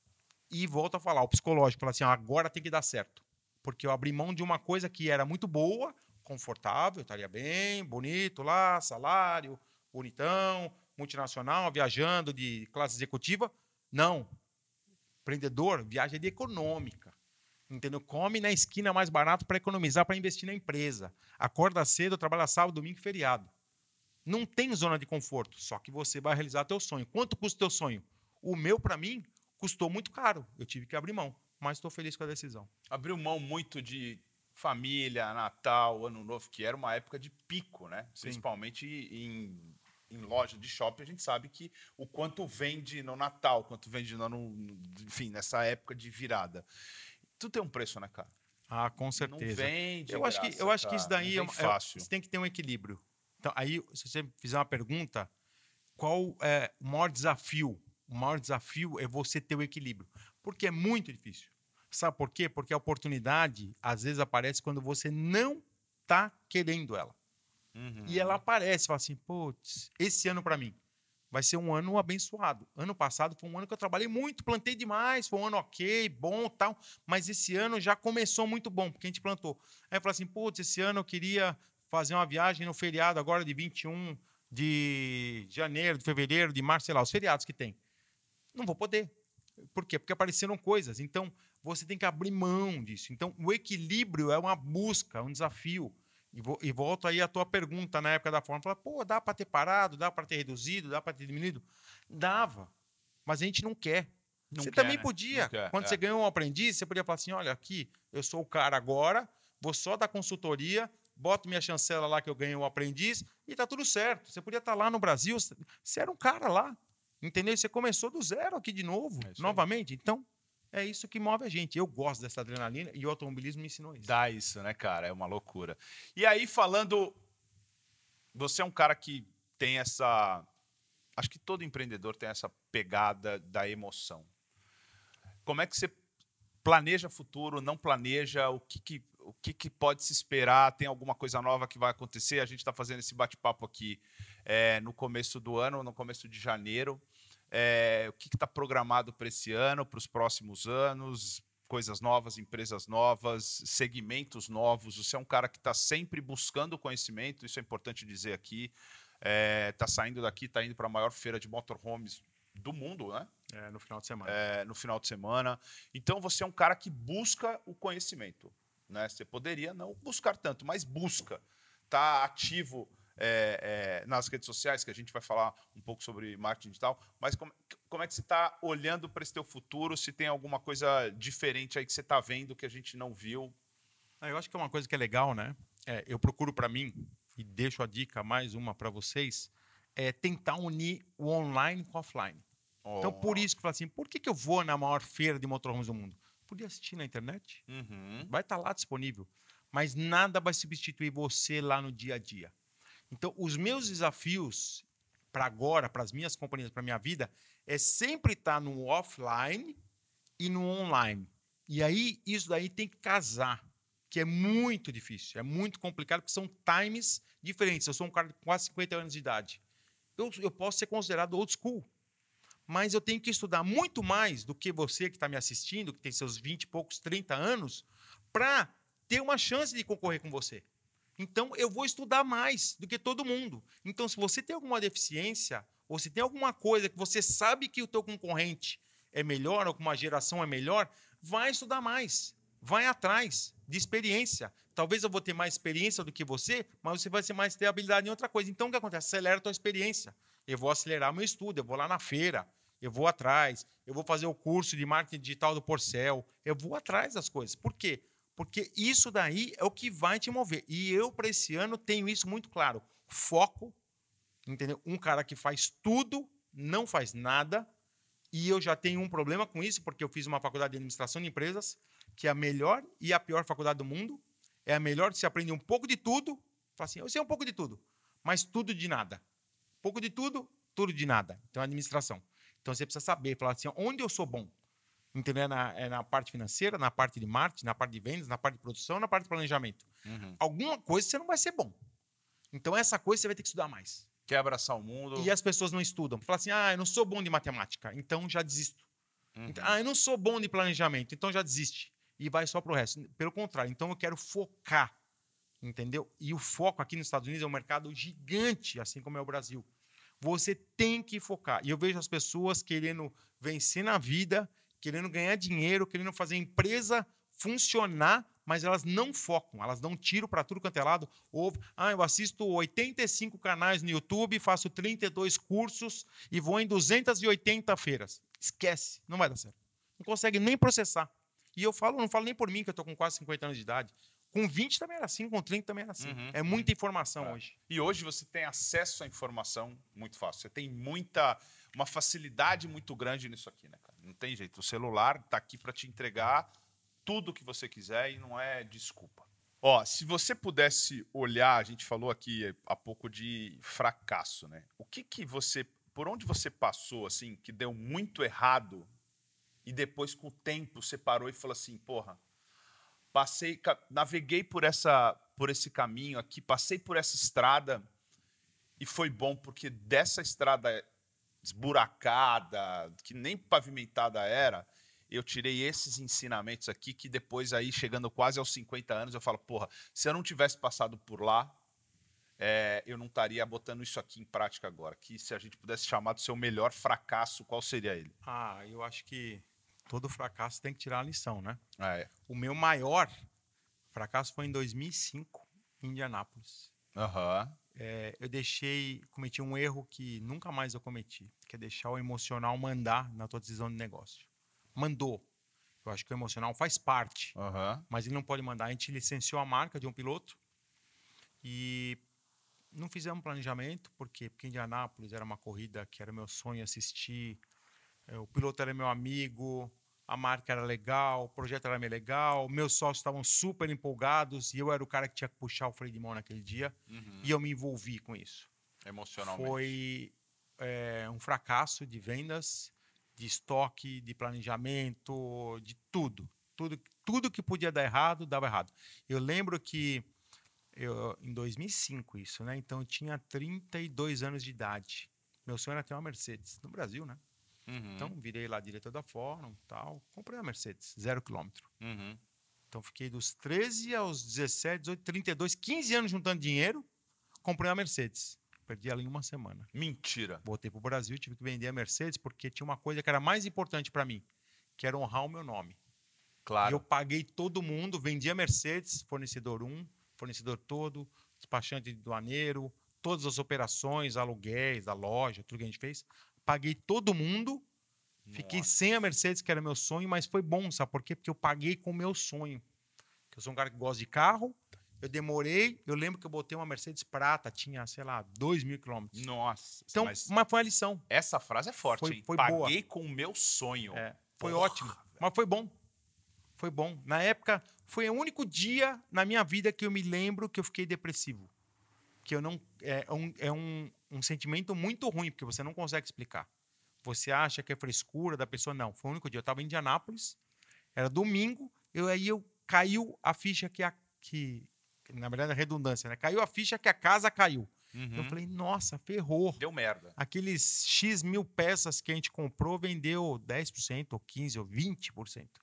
e volto a falar, o psicológico, falar assim, ó, agora tem que dar certo. Porque eu abri mão de uma coisa que era muito boa, confortável, estaria bem, bonito lá, salário, bonitão, multinacional, viajando de classe executiva. Não. Empreendedor viaja de econômica. Entendeu? Come na esquina mais barato para economizar, para investir na empresa. Acorda cedo, trabalha sábado, domingo e feriado. Não tem zona de conforto, só que você vai realizar teu sonho. Quanto custa o teu sonho? O meu, para mim, custou muito caro. Eu tive que abrir mão. Mas estou feliz com a decisão. Abriu mão muito de família, Natal, Ano Novo, que era uma época de pico, né? Sim. Principalmente em, em loja de shopping, a gente sabe que o quanto vende no Natal, quanto vende no, no, enfim, nessa época de virada. Tudo tem um preço, né, cara? Ah, com certeza. Não vende eu graça, acho que Eu acho cara. que isso daí é, é, fácil. É, você tem que ter um equilíbrio. Então, aí, se você fizer uma pergunta, qual é o maior desafio? O maior desafio é você ter o equilíbrio. Porque é muito difícil. Sabe por quê? Porque a oportunidade, às vezes, aparece quando você não está querendo ela. Uhum. E ela aparece, fala assim, putz, esse ano para mim vai ser um ano abençoado. Ano passado foi um ano que eu trabalhei muito, plantei demais, foi um ano ok, bom, tal, mas esse ano já começou muito bom, porque a gente plantou. Aí eu falei assim, putz, esse ano eu queria fazer uma viagem no feriado agora de vinte e um de janeiro, de fevereiro, de março, sei lá, os feriados que tem. Não vou poder. Por quê? Porque apareceram coisas. Então, você tem que abrir mão disso. Então, o equilíbrio é uma busca, um desafio. E, vou, e volto aí à tua pergunta na época da forma. Fala, pô, dá para ter parado, dá para ter reduzido, dá para ter diminuído? Dava. Mas a gente não quer. Não você quer, também né? podia. Quer, Quando é. você ganhou um aprendiz, você podia falar assim, olha, aqui, eu sou o cara agora, vou só dar consultoria, boto minha chancela lá que eu ganhei um aprendiz e tá tudo certo. Você podia estar lá no Brasil, você era um cara lá. Entendeu? Você começou do zero aqui de novo, é novamente. Aí. Então, É isso que move a gente. Eu gosto dessa adrenalina e o automobilismo me ensinou isso. Dá isso, né, cara? É uma loucura. E aí, falando. Você é um cara que tem essa. Acho que todo empreendedor tem essa pegada da emoção. Como é que você planeja futuro, não planeja? O que, que, o que, que pode se esperar? Tem alguma coisa nova que vai acontecer? A gente está fazendo esse bate-papo aqui é, no começo do ano, no começo de janeiro. É, o que está programado para esse ano, para os próximos anos? Coisas novas, empresas novas, segmentos novos. Você é um cara que está sempre buscando conhecimento, isso é importante dizer aqui. Está é, saindo daqui, está indo para a maior feira de motorhomes do mundo, né? É, no final de semana. É, no final de semana. Então você é um cara que busca o conhecimento, né? Você poderia não buscar tanto, mas busca. Está ativo é, é, nas redes sociais, que a gente vai falar um pouco sobre marketing digital, mas como, como é que você está olhando para esse teu futuro? Se tem alguma coisa diferente aí que você está vendo que a gente não viu? Ah, eu acho que é uma coisa que é legal, né? É, eu procuro para mim, e deixo a dica, mais uma para vocês, é tentar unir o online com o offline. Oh. Então, por isso que eu falo assim, por que, que eu vou na maior feira de motorhomes do mundo? Podia assistir na internet. Uhum. Vai estar lá disponível. Mas nada vai substituir você lá no dia a dia. Então, os meus desafios para agora, para as minhas companhias, para a minha vida, é sempre estar no offline e no online. E aí, isso daí tem que casar, que é muito difícil, é muito complicado, porque são times diferentes. Eu sou um cara de quase cinquenta anos de idade. Eu, eu posso ser considerado old school, mas eu tenho que estudar muito mais do que você que está me assistindo, que tem seus vinte e poucos, trinta anos, para ter uma chance de concorrer com você. Então, eu vou estudar mais do que todo mundo. Então, se você tem alguma deficiência, ou se tem alguma coisa que você sabe que o teu concorrente é melhor, ou que uma geração é melhor, vai estudar mais. Vai atrás de experiência. Talvez eu vou ter mais experiência do que você, mas você vai ser mais ter habilidade em outra coisa. Então, o que acontece? Acelera a tua experiência. Eu vou acelerar meu estudo, eu vou lá na feira, eu vou atrás, eu vou fazer o curso de marketing digital do Porcel, eu vou atrás das coisas. Por quê? Porque isso daí é o que vai te mover. E eu, para esse ano, tenho isso muito claro. Foco, entendeu? Um cara que faz tudo, não faz nada. E eu já tenho um problema com isso, porque eu fiz uma faculdade de administração de empresas, que é a melhor e a pior faculdade do mundo. É a melhor que se aprende um pouco de tudo. Fala assim, eu sei um pouco de tudo, mas tudo de nada. Pouco de tudo, tudo de nada. Então, é administração. Então, você precisa saber, falar assim, onde eu sou bom? Entendeu? É na, é na parte financeira, na parte de marketing, na parte de vendas, na parte de produção, na parte de planejamento. Uhum. Alguma coisa você não vai ser bom. Então, essa coisa você vai ter que estudar mais. Quer abraçar o mundo. E as pessoas não estudam. Fala assim, ah, eu não sou bom de matemática, então já desisto. Uhum. Então, ah, eu não sou bom de planejamento, então já desiste. E vai só para o resto. Pelo contrário, então eu quero focar. Entendeu? E o foco aqui nos Estados Unidos é um mercado gigante, assim como é o Brasil. Você tem que focar. E eu vejo as pessoas querendo vencer na vida, querendo ganhar dinheiro, querendo fazer a empresa funcionar, mas elas não focam, elas dão tiro para tudo quanto é lado. Ou, ah, eu assisto oitenta e cinco canais no YouTube, faço trinta e dois cursos e vou em duzentas e oitenta feiras. Esquece, não vai dar certo. Não consegue nem processar. E eu falo, não falo nem por mim, que eu estou com quase cinquenta anos de idade. Com vinte também era assim, com trinta também era assim. Uhum, é muita informação é. hoje. E hoje você tem acesso à informação muito fácil. Você tem muita, uma facilidade muito grande nisso aqui, né, cara? Não tem jeito. O celular está aqui para te entregar tudo o que você quiser e não é desculpa. Ó, se você pudesse olhar, a gente falou aqui há pouco de fracasso, né? O que que você, por onde você passou, assim, que deu muito errado e depois com o tempo você parou e falou assim, porra, passei, naveguei por essa, por esse caminho aqui, passei por essa estrada e foi bom porque dessa estrada esburacada, que nem pavimentada era, eu tirei esses ensinamentos aqui que depois aí, chegando quase aos cinquenta anos, eu falo, porra, se eu não tivesse passado por lá, é, eu não estaria botando isso aqui em prática agora. Que se a gente pudesse chamar do seu melhor fracasso, qual seria ele? Ah, eu acho que todo fracasso tem que tirar a lição, né? Ah, é. O meu maior fracasso foi em dois mil e cinco, em Indianápolis. Uhum. É, eu deixei, cometi um erro que nunca mais eu cometi, que é deixar o emocional mandar na tua decisão de negócio. Mandou. Eu acho que o emocional faz parte, Uhum. mas ele não pode mandar. A gente licenciou a marca de um piloto e não fizemos planejamento, por quê? Porque Indianápolis era uma corrida que era meu sonho assistir, o piloto era meu amigo, a marca era legal, o projeto era meio legal, meus sócios estavam super empolgados e eu era o cara que tinha que puxar o freio de mão naquele dia. Uhum. E eu me envolvi com isso. Emocionalmente. Foi é, um fracasso de vendas, de estoque, de planejamento, de tudo. Tudo, tudo que podia dar errado, dava errado. Eu lembro que eu, em dois mil e cinco isso, né? Então eu tinha trinta e dois anos de idade. Meu sonho era ter uma Mercedes no Brasil, né? Uhum. Então virei lá diretor da Fórum, tal, comprei uma Mercedes, zero quilômetro. Uhum. Então fiquei dos treze aos dezessete, dezoito, trinta e dois, quinze anos juntando dinheiro, comprei uma Mercedes. Perdi ela em uma semana. Mentira. Voltei para o Brasil, tive que vender a Mercedes porque tinha uma coisa que era mais importante para mim, que era honrar o meu nome. Claro. E eu paguei todo mundo, vendi a Mercedes, fornecedor um, fornecedor todo, despachante de doaneiro, todas as operações, aluguéis da loja, tudo que a gente fez. Paguei todo mundo, fiquei Nossa. sem a Mercedes, que era meu sonho, mas foi bom, sabe por quê? Porque eu paguei com o meu sonho. Eu sou um cara que gosta de carro, eu demorei, eu lembro que eu botei uma Mercedes prata, tinha, sei lá, dois mil quilômetros. Nossa. Então, Mas mas foi uma lição. essa frase é forte, Foi, hein? foi Paguei boa. com o meu sonho. É, foi Porra, ótimo, velho. mas foi bom. Foi bom. Na época, foi o único dia na minha vida que eu me lembro que eu fiquei depressivo. Que eu não é um, é um, um sentimento muito ruim, porque você não consegue explicar. Você acha que é frescura da pessoa. Não, foi o único dia. Eu estava em Indianápolis, era domingo, eu, aí eu caiu a ficha que, a, que, na verdade, é redundância, né? Caiu a ficha que a casa caiu. Uhum. Eu falei, nossa, ferrou. Deu merda. Aqueles X mil peças que a gente comprou, vendeu dez por cento, ou quinze por cento, ou vinte por cento.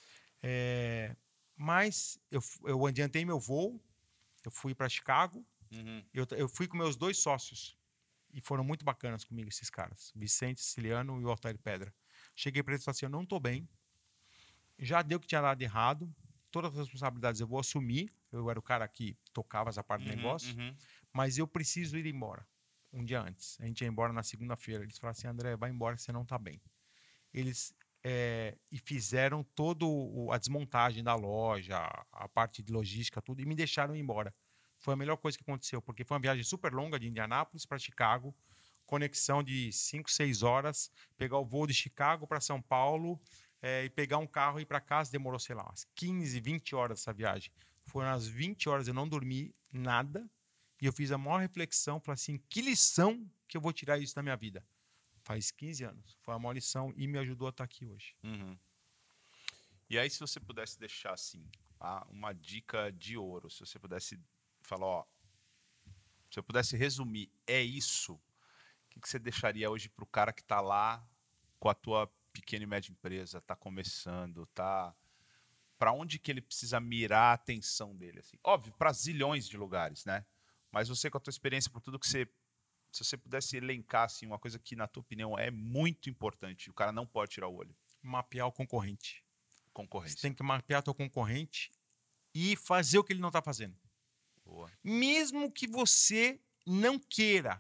É, mas eu, eu adiantei meu voo, eu fui para Chicago, Uhum. eu, eu fui com meus dois sócios, e foram muito bacanas comigo esses caras, Vicente Siciliano e o Altair Pedra. Cheguei para eles e falei assim, eu não estou bem, já deu o que tinha dado errado, todas as responsabilidades eu vou assumir, eu era o cara que tocava essa parte Uhum, do negócio, uhum. mas eu preciso ir embora, um dia antes. A gente ia embora na segunda-feira, eles falaram assim, André, vai embora que você não está bem. Eles é, e fizeram toda a desmontagem da loja, a parte de logística, tudo, e me deixaram ir embora. Foi a melhor coisa que aconteceu, porque foi uma viagem super longa de Indianápolis para Chicago, conexão de cinco, seis horas, pegar o voo de Chicago para São Paulo é, e pegar um carro e ir para casa, demorou, sei lá, umas quinze, vinte horas essa viagem. Foram as vinte horas, eu não dormi nada, e eu fiz a maior reflexão, falei assim, que lição que eu vou tirar isso da minha vida? Faz quinze anos. Foi uma lição e me ajudou a estar aqui hoje. Uhum. E aí, se você pudesse deixar assim, ah, uma dica de ouro, se você pudesse falar, ó, se eu pudesse resumir, é isso, o que, que você deixaria hoje para o cara que está lá com a tua pequena e média empresa, está começando, tá? Para onde que ele precisa mirar a atenção dele? Assim? Óbvio, para zilhões de lugares, né? Mas você, com a tua experiência, por tudo que você se você pudesse elencar assim, uma coisa que, na tua opinião, é muito importante, o cara não pode tirar o olho. Mapear o concorrente. Concorrência. Você tem que mapear o teu concorrente e fazer o que ele não está fazendo. Boa. Mesmo que você não queira.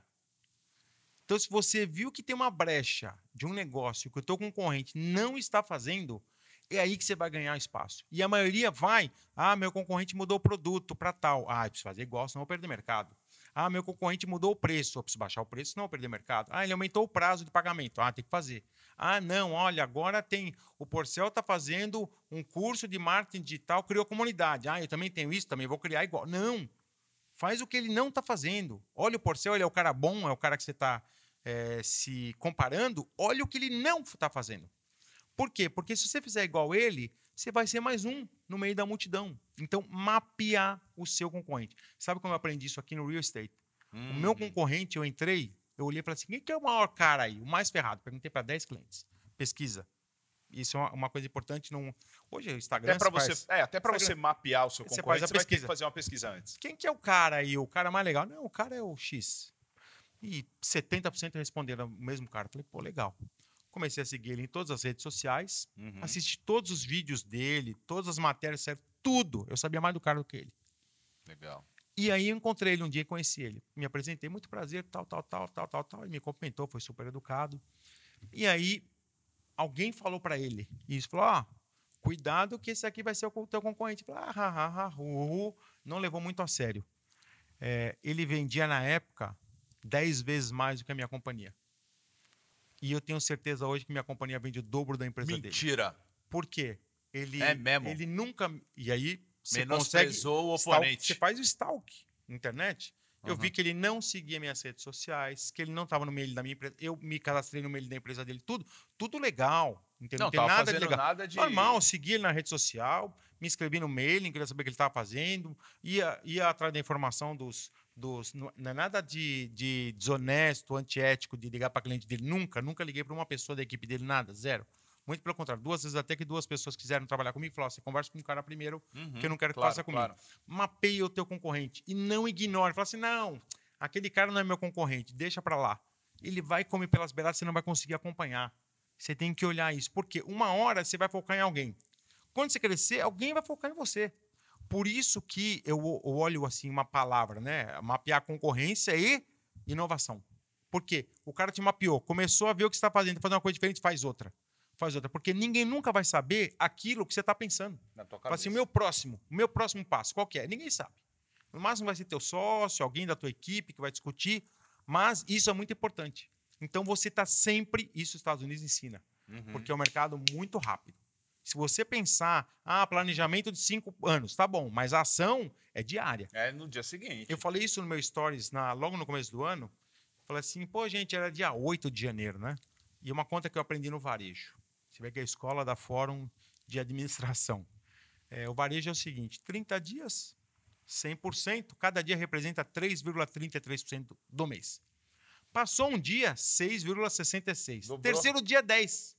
Então, se você viu que tem uma brecha de um negócio que o teu concorrente não está fazendo, é aí que você vai ganhar espaço. E a maioria vai, ah, meu concorrente mudou o produto para tal. Ah, eu preciso fazer igual, senão eu vou perder mercado. Ah, meu concorrente mudou o preço, eu preciso baixar o preço, senão eu vou perder mercado. Ah, ele aumentou o prazo de pagamento. Ah, tem que fazer. Ah, não, olha, agora tem, o Porcel está fazendo um curso de marketing digital, criou comunidade. Ah, eu também tenho isso, também vou criar igual. Não, faz o que ele não está fazendo. Olha o Porcel, ele é o cara bom, é o cara que você está é, se comparando. Olha o que ele não está fazendo. Por quê? Porque se você fizer igual ele, você vai ser mais um no meio da multidão. Então, mapear o seu concorrente. Sabe como eu aprendi isso aqui no real estate? Hum. O meu concorrente, eu entrei, eu olhei e falei assim, quem que é o maior cara aí, o mais ferrado? Perguntei para dez clientes. Pesquisa. Isso é uma, uma coisa importante. Num... Hoje o Instagram Até para você, faz... é, até para você mapear o seu Você concorrente, faz a você vai ter que pesquisa. fazer uma pesquisa antes. Quem que é o cara aí, o cara mais legal? Não, o cara é o X. E setenta por cento responderam o mesmo cara. Falei, pô, legal. Comecei a seguir ele em todas as redes sociais, Uhum. assisti todos os vídeos dele, todas as matérias, tudo. Eu sabia mais do cara do que ele. Legal. E aí eu encontrei ele um dia e conheci ele. Me apresentei, muito prazer, tal, tal, tal, tal, tal, tal. Ele me cumprimentou, foi super educado. E aí alguém falou para ele isso, falou, ó, oh, cuidado que esse aqui vai ser o teu concorrente. Falei, ah, ah, ah, ah, uh, uh. Não levou muito a sério. É, ele vendia na época dez vezes mais do que a minha companhia. E eu tenho certeza hoje que minha companhia vende o dobro da empresa dele. Mentira. Por quê? Ele, É mesmo? ele nunca... E aí você Menosprezou o stalk, oponente. você faz o stalk na internet. Eu Uhum. vi que ele não seguia minhas redes sociais, que ele não estava no mail da minha empresa. Eu me cadastrei no mail da empresa dele, tudo, tudo legal. Entendeu? Não, Não tem tava nada de fazendo legal. nada de... Normal, segui ele na rede social, me inscrevi no mailing, queria saber o que ele estava fazendo, ia, ia atrás da informação dos. dos não é nada de, de desonesto, antiético, de ligar para cliente dele. Nunca, nunca liguei para uma pessoa da equipe dele, nada, zero. Muito pelo contrário, duas vezes até que duas pessoas quiseram trabalhar comigo, falaram: você conversa com o cara primeiro, Uhum, que eu não quero que claro, faça comigo. claro. Mapeia o teu concorrente e não ignore. Fala assim: não, aquele cara não é meu concorrente, deixa para lá. Ele vai comer pelas beiradas, você não vai conseguir acompanhar. Você tem que olhar isso, porque uma hora você vai focar em alguém. Quando você crescer, alguém vai focar em você. Por isso que eu eu olho assim uma palavra, né? Mapear concorrência e inovação. Por quê? O cara te mapeou, começou a ver o que você está fazendo, fazer uma coisa diferente, faz outra. Faz outra. Porque ninguém nunca vai saber aquilo que você está pensando. Na tua Fala cabeça. assim, o meu próximo, o meu próximo passo, qual que é? Ninguém sabe. No máximo vai ser teu sócio, alguém da tua equipe que vai discutir, mas isso é muito importante. Então você está sempre, isso os Estados Unidos ensina, Uhum. porque é um mercado muito rápido. Se você pensar, ah, planejamento de cinco anos, tá bom, mas a ação é diária. É no dia seguinte. Eu falei isso no meu stories na, logo no começo do ano. Falei assim, pô, gente, era dia oito de janeiro, né? E uma conta que eu aprendi no varejo. Você vê que é a escola da Fórum de Administração. É, o varejo é o seguinte, trinta dias, cem por cento, cada dia representa três vírgula trinta e três por cento do mês. Passou um dia, seis vírgula sessenta e seis por cento. Terceiro dia, dez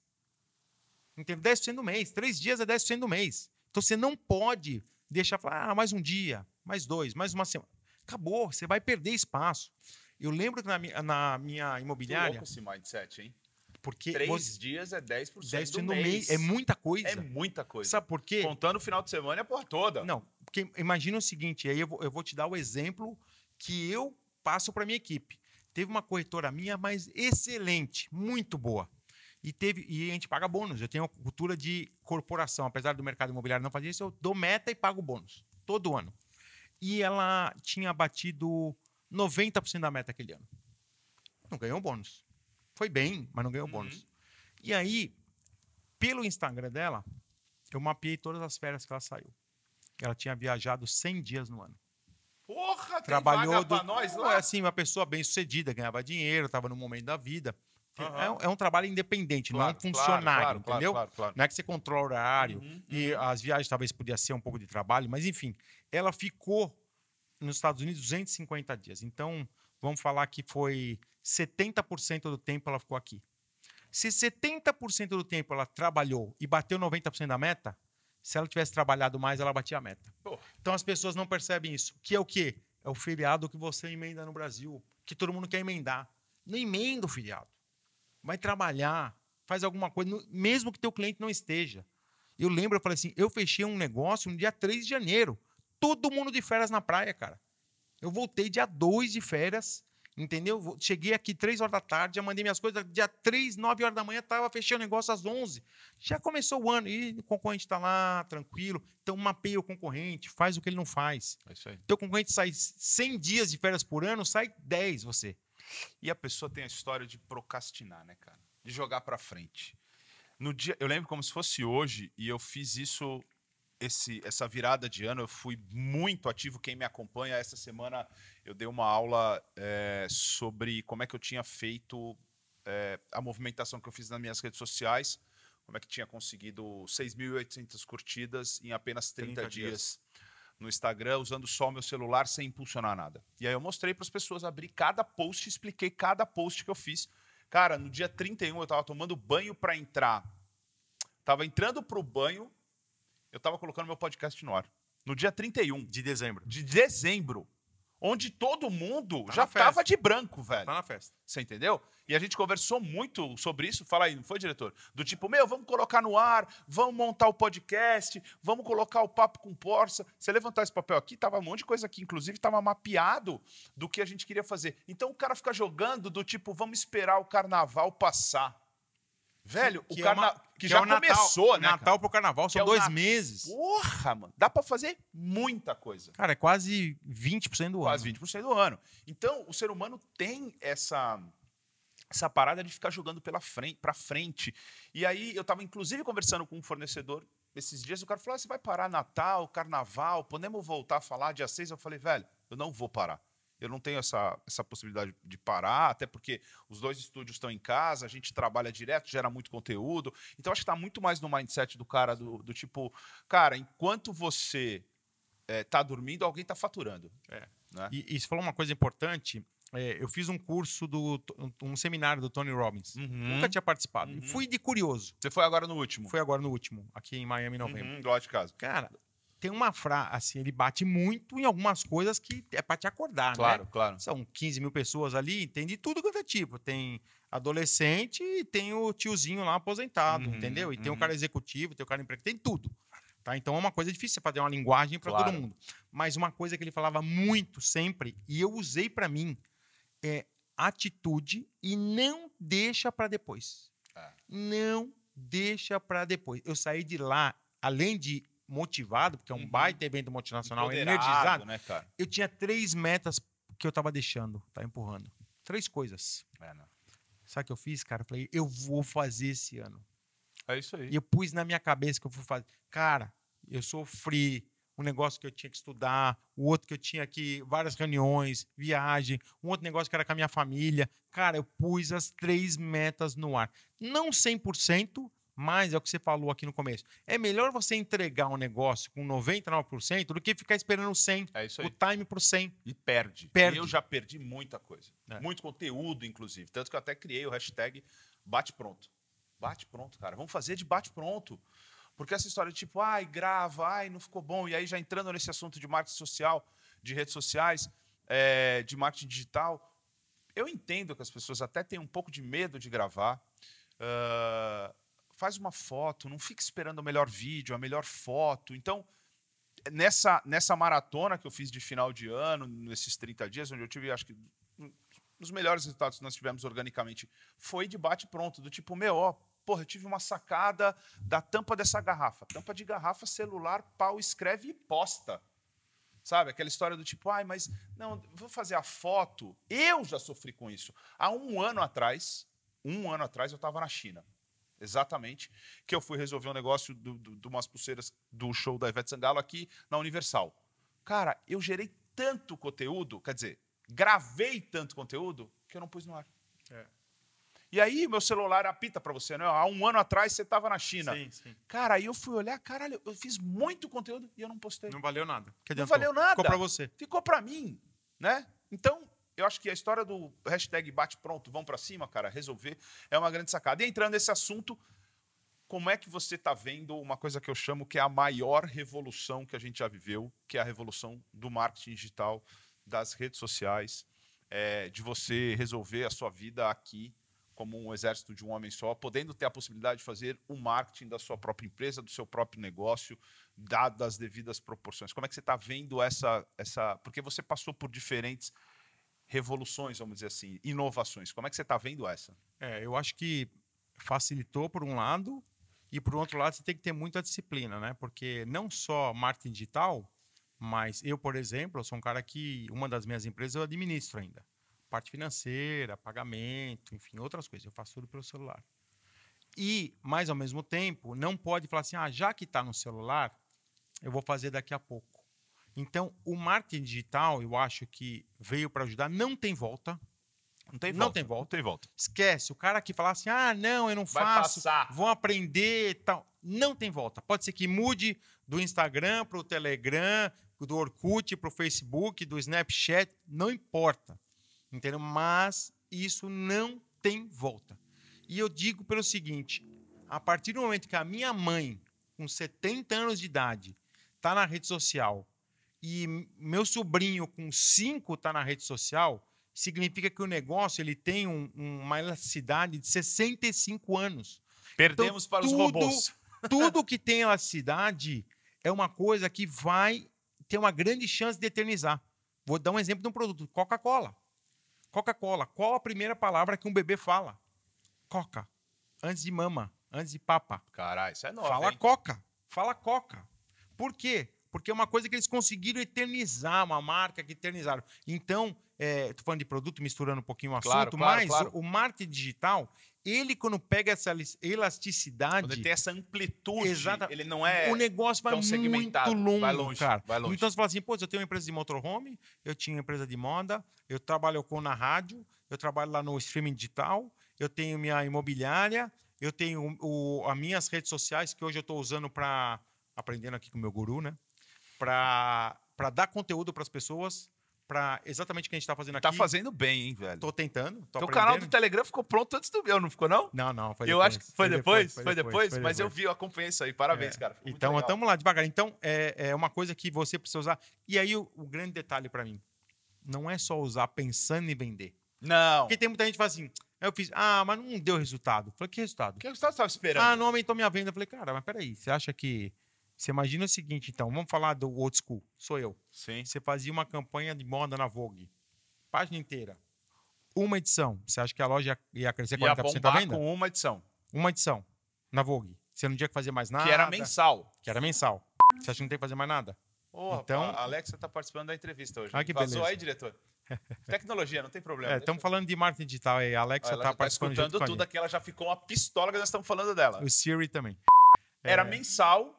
por cento. dez por cento do mês. Três dias é dez por cento do mês. Então você não pode deixar falar, ah, mais um dia, mais dois, mais uma semana. Acabou, você vai perder espaço. Eu lembro que na minha, na minha imobiliária. Que louco esse mindset, hein? Porque Três você, dias é dez por cento, dez por cento do do mês. mês. É muita coisa. É muita coisa. Sabe por quê? Contando o final de semana é a porra toda. Não, porque imagina o seguinte, aí eu vou, eu vou te dar o exemplo que eu passo para minha equipe. Teve uma corretora minha, mas excelente, muito boa. E, teve, e a gente paga bônus. Eu tenho uma cultura de corporação. Apesar do mercado imobiliário não fazer isso, eu dou meta e pago bônus. Todo ano. E ela tinha batido noventa por cento da meta aquele ano. Não ganhou bônus. Foi bem, mas não ganhou Uhum. bônus. E aí, pelo Instagram dela, eu mapeei todas as férias que ela saiu. Ela tinha viajado cem dias no ano. Porra, Trabalhou tem vaga do, pra nós Pô, lá? é assim, uma pessoa bem sucedida, ganhava dinheiro, estava no momento da vida. Uhum. É, um, é um trabalho independente, Claro, não é um funcionário, claro, claro, entendeu? Claro, claro, claro. Não é que você controla o horário. Uhum, E uhum. as viagens talvez podia ser um pouco de trabalho, mas enfim, ela ficou nos Estados Unidos duzentos e cinquenta dias. Então, vamos falar que foi setenta por cento do tempo ela ficou aqui. Se setenta por cento do tempo ela trabalhou e bateu noventa por cento da meta, se ela tivesse trabalhado mais, ela batia a meta. Porra. Então as pessoas não percebem isso. Que é o quê? É o feriado que você emenda no Brasil, que todo mundo quer emendar. Não emenda o feriado. Vai trabalhar, faz alguma coisa, mesmo que teu cliente não esteja. Eu lembro, eu falei assim, eu fechei um negócio no dia três de janeiro. Todo mundo de férias na praia, cara. Eu voltei dia dois de férias, entendeu? Cheguei aqui três horas da tarde, já mandei minhas coisas, dia três, nove horas da manhã, estava fechando o negócio às onze. Já começou o ano e o concorrente está lá, tranquilo. Então, mapeia o concorrente, faz o que ele não faz. É isso aí. Teu concorrente sai cem dias de férias por ano, sai dez você. E a pessoa tem a história de procrastinar, né, cara? De jogar pra frente. No dia, eu lembro como se fosse hoje, e eu fiz isso, esse, essa virada de ano, eu fui muito ativo. Quem me acompanha, essa semana eu dei uma aula é, sobre como é que eu tinha feito é, a movimentação que eu fiz nas minhas redes sociais, como é que tinha conseguido seis mil e oitocentas curtidas em apenas trinta, trinta dias. dias no Instagram, usando só o meu celular, sem impulsionar nada. E aí eu mostrei para as pessoas, abri cada post, expliquei cada post que eu fiz. Cara, no dia trinta e um eu estava tomando banho para entrar. Estava entrando para o banho, eu estava colocando meu podcast no ar. No dia trinta e um de dezembro. De dezembro. Onde todo mundo tá já estava de branco, velho. Tá na festa. Você entendeu? E a gente conversou muito sobre isso. Fala aí, não foi, diretor? Do tipo, meu, vamos colocar no ar, vamos montar o podcast, vamos colocar o Papo com Porça. Você levantar esse papel aqui, tava um monte de coisa aqui, inclusive tava mapeado do que a gente queria fazer. Então o cara fica jogando do tipo, vamos esperar o carnaval passar. Velho, que o carna... é uma, que, que já é o começou, Natal, né? Natal cara? pro carnaval, são é dois na... meses. Porra, mano. Dá pra fazer muita coisa. Cara, é quase vinte por cento do Quase ano. vinte por cento do ano. Então, o ser humano tem essa, essa parada de ficar jogando pela frente, para frente. E aí eu estava inclusive conversando com um fornecedor esses dias, o cara falou: ah, você vai parar Natal, Carnaval, podemos voltar a falar dia seis? Eu falei: velho, eu não vou parar. Eu não tenho essa, essa possibilidade de parar, até porque os dois estúdios estão em casa, a gente trabalha direto, gera muito conteúdo. Então, acho que está muito mais no mindset do cara, do, do tipo, cara, enquanto você está dormindo, alguém está faturando. É. Né? E, e você falou uma coisa importante. É, eu fiz um curso, do, um seminário do Tony Robbins. Uhum. Nunca tinha participado. Uhum. Fui de curioso. Você foi agora no último? Foi agora no último, aqui em Miami, em novembro. Uhum, do lado de casa. Cara, tem uma frase, assim, ele bate muito em algumas coisas que é para te acordar, claro, né? Claro, claro. São quinze mil pessoas ali, tem de tudo quanto é tipo. Tem adolescente e tem o tiozinho lá aposentado, Uhum, entendeu? E uhum. tem o cara executivo, tem o cara empregado, tem tudo. Tá? Então é uma coisa difícil você fazer uma linguagem para Claro. todo mundo. Mas uma coisa que ele falava muito sempre, e eu usei para mim, é atitude e não deixa para depois. É. Não deixa para depois. Eu saí de lá, além de motivado, porque é um Uhum. baita evento multinacional, Empoderado, energizado, né, cara? eu tinha três metas que eu tava deixando, tá empurrando. Três coisas. É, não. Sabe o que eu fiz, cara? Eu falei, eu vou fazer esse ano. É isso aí. E eu pus na minha cabeça que eu vou fazer. Cara, eu sofri um negócio que eu tinha que estudar, o outro que eu tinha que várias reuniões, viagem, um outro negócio que era com a minha família. Cara, eu pus as três metas no ar. Não cem por cento, mas é o que você falou aqui no começo. É melhor você entregar um negócio com noventa e nove por cento do que ficar esperando o cem, é isso aí. o time pro cem. E perde. Perde. Eu já perdi muita coisa. É. Muito conteúdo, inclusive. Tanto que eu até criei o hashtag Bate Pronto. Bate Pronto, cara. Vamos fazer de bate pronto. Porque essa história de tipo, ai, grava, ai, não ficou bom. E aí já entrando nesse assunto de marketing social, de redes sociais, é, de marketing digital, eu entendo que as pessoas até têm um pouco de medo de gravar. Uh, faz uma foto, não fica esperando o melhor vídeo, a melhor foto. Então, nessa, nessa maratona que eu fiz de final de ano, nesses trinta dias, onde eu tive, acho que, um dos melhores resultados que nós tivemos organicamente, foi de bate pronto, do tipo, meu, ó, porra, eu tive uma sacada da tampa dessa garrafa. Tampa de garrafa, celular, pau, escreve e posta. Sabe? Aquela história do tipo, ai, mas não, vou fazer a foto. Eu já sofri com isso. Há um ano atrás, um ano atrás, eu estava na China. Exatamente. Que eu fui resolver um negócio de do, do, do umas pulseiras do show da Ivete Sangalo aqui na Universal. Cara, eu gerei tanto conteúdo, quer dizer, gravei tanto conteúdo que eu não pus no ar. É. E aí, meu celular apita para você, né? Há um ano atrás você estava na China. Sim, sim. Cara, aí eu fui olhar, caralho, eu fiz muito conteúdo e eu não postei. Não valeu nada. Que não adiantou? valeu nada. Ficou para você. Ficou para mim, né? Então, eu acho que a história do hashtag bate pronto, vão para cima, cara, resolver, é uma grande sacada. E entrando nesse assunto, como é que você está vendo uma coisa que eu chamo que é a maior revolução que a gente já viveu, que é a revolução do marketing digital, das redes sociais, é, de você resolver a sua vida aqui, como um exército de um homem só, podendo ter a possibilidade de fazer o marketing da sua própria empresa, do seu próprio negócio, dadas as devidas proporções. Como é que você está vendo essa, essa... Porque você passou por diferentes revoluções, vamos dizer assim, inovações. Como é que você está vendo essa? É, eu acho que facilitou por um lado e por outro lado você tem que ter muita disciplina, né? Porque não só marketing digital, mas eu, por exemplo, eu sou um cara que uma das minhas empresas eu administro ainda. Parte financeira, pagamento, enfim, outras coisas. Eu faço tudo pelo celular. E, mas, ao mesmo tempo, não pode falar assim, ah, já que está no celular, eu vou fazer daqui a pouco. Então, o marketing digital, eu acho que veio para ajudar. Não tem volta. Não tem não volta. Tem volta. Não tem volta. Esquece. O cara que fala assim, ah, não, eu não Vai faço, passar. vou aprender tal. Não tem volta. Pode ser que mude do Instagram para o Telegram, do Orkut para o Facebook, do Snapchat, não importa. Entendeu? Mas isso não tem volta. E eu digo pelo seguinte, a partir do momento que a minha mãe, com setenta anos de idade, está na rede social e meu sobrinho, com cinco, está na rede social, significa que o negócio ele tem um, uma elasticidade de sessenta e cinco anos. Perdemos então, para tudo, os robôs. Tudo que tem elasticidade é uma coisa que vai ter uma grande chance de eternizar. Vou dar um exemplo de um produto, Coca-Cola. Coca-Cola, qual a primeira palavra que um bebê fala? Coca. Antes de mama, antes de papa. Caralho, isso é novo, Fala hein? Coca. Fala Coca. Por quê? Porque é uma coisa que eles conseguiram eternizar, uma marca que eternizaram. Então, é, tô falando de produto, misturando um pouquinho o assunto, Claro, claro, mas claro. O, o marketing digital, ele quando pega essa elas- elasticidade... Quando ele tem essa amplitude, Exata, ele não é o negócio vai tão muito segmentado. longo, Vai longe, cara. vai longe. Então você fala assim, pô, eu tenho uma empresa de motorhome, eu tinha uma empresa de moda, eu trabalho com na rádio, eu trabalho lá no streaming digital, eu tenho minha imobiliária, eu tenho o, as minhas redes sociais, que hoje eu estou usando para, aprendendo aqui com o meu guru, né? Para dar conteúdo para as pessoas, para exatamente o que a gente está fazendo Tá aqui. fazendo bem, hein, velho? Tô tentando, tô Teu aprendendo. canal do Telegram ficou pronto antes do meu, não ficou, não? Não, não, foi eu depois. acho que foi, foi depois, foi foi depois, foi mas eu depois. vi, eu acompanhei isso aí. Parabéns, É. cara. Ficou muito Então, legal. estamos lá, devagar. Então, é, é uma coisa que você precisa usar. E aí, o, o grande detalhe para mim, não é só usar pensando em vender. Não. Porque tem muita gente que fala assim, eu fiz, ah, mas não deu resultado. Eu falei, que resultado? O que você estava esperando? Ah, não aumentou minha venda. Eu falei, cara, mas peraí, você acha que... Você imagina o seguinte, então, vamos falar do old school, sou eu. Sim. Você fazia uma campanha de moda na Vogue, página inteira, uma edição. Você acha que a loja ia crescer quarenta por cento da bombar venda? com uma edição. Uma edição, na Vogue. Você não tinha que fazer mais nada. Que era mensal. Que era mensal. Você acha que não tem que fazer mais nada? Oh, Então- a Alexa tá participando da entrevista hoje. Ah, que Vazou beleza. aí, diretor? Tecnologia, não tem problema. É, Deixa estamos eu- falando de marketing digital aí. A Alexa Ela está já tá participando junto escutando com a tudo gente. aqui, ela já ficou uma pistola que nós estamos falando dela. O Siri também. Era É. mensal,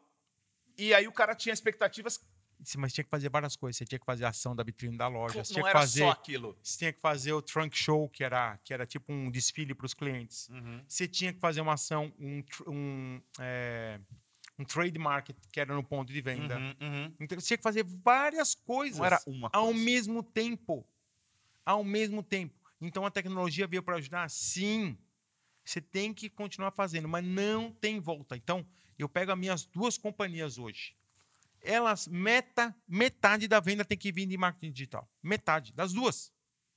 e aí o cara tinha expectativas. Sim, mas tinha que fazer várias coisas. Você tinha que fazer a ação da vitrine da loja. Você tinha Não que era fazer, só aquilo. você tinha que fazer o trunk show, que era, que era tipo um desfile para os clientes. Uhum. Você tinha que fazer uma ação, um, tr- um, é, um trade market, que era no ponto de venda. Uhum, uhum. Então, você tinha que fazer várias coisas Não era uma ao coisa. mesmo tempo. Ao mesmo tempo. Então, a tecnologia veio para ajudar? Sim. Você tem que continuar fazendo, mas não tem volta. Então, eu pego as minhas duas companhias hoje. Elas, meta, metade da venda tem que vir de marketing digital. Metade, das duas.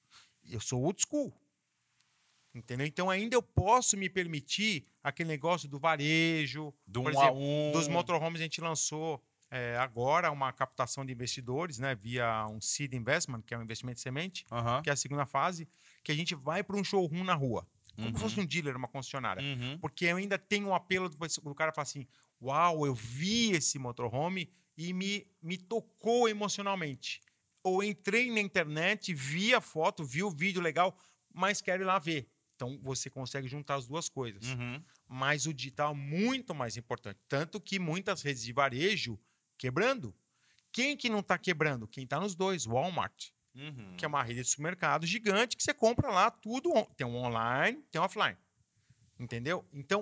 Eu sou old school. Entendeu? Então, ainda eu posso me permitir aquele negócio do varejo. Do por um a exemplo, um. dos motorhomes, a gente lançou é, agora uma captação de investidores, né, via um seed investment, que é um investimento de semente, Aham. que é a segunda fase, que a gente vai para um showroom na rua. Como Uhum. se fosse um dealer, uma concessionária. Uhum. Porque eu ainda tenho um apelo do, do cara falar assim: uau, eu vi esse motorhome e me, me tocou emocionalmente. Ou entrei na internet, vi a foto, vi o vídeo legal, mas quero ir lá ver. Então você consegue juntar as duas coisas. Uhum. Mas o digital é muito mais importante. Tanto que muitas redes de varejo quebrando. Quem que não está quebrando? Quem está nos dois, Walmart. Uhum. Que é uma rede de supermercado gigante que você compra lá tudo. on- Tem um online, tem um offline. Entendeu? Então,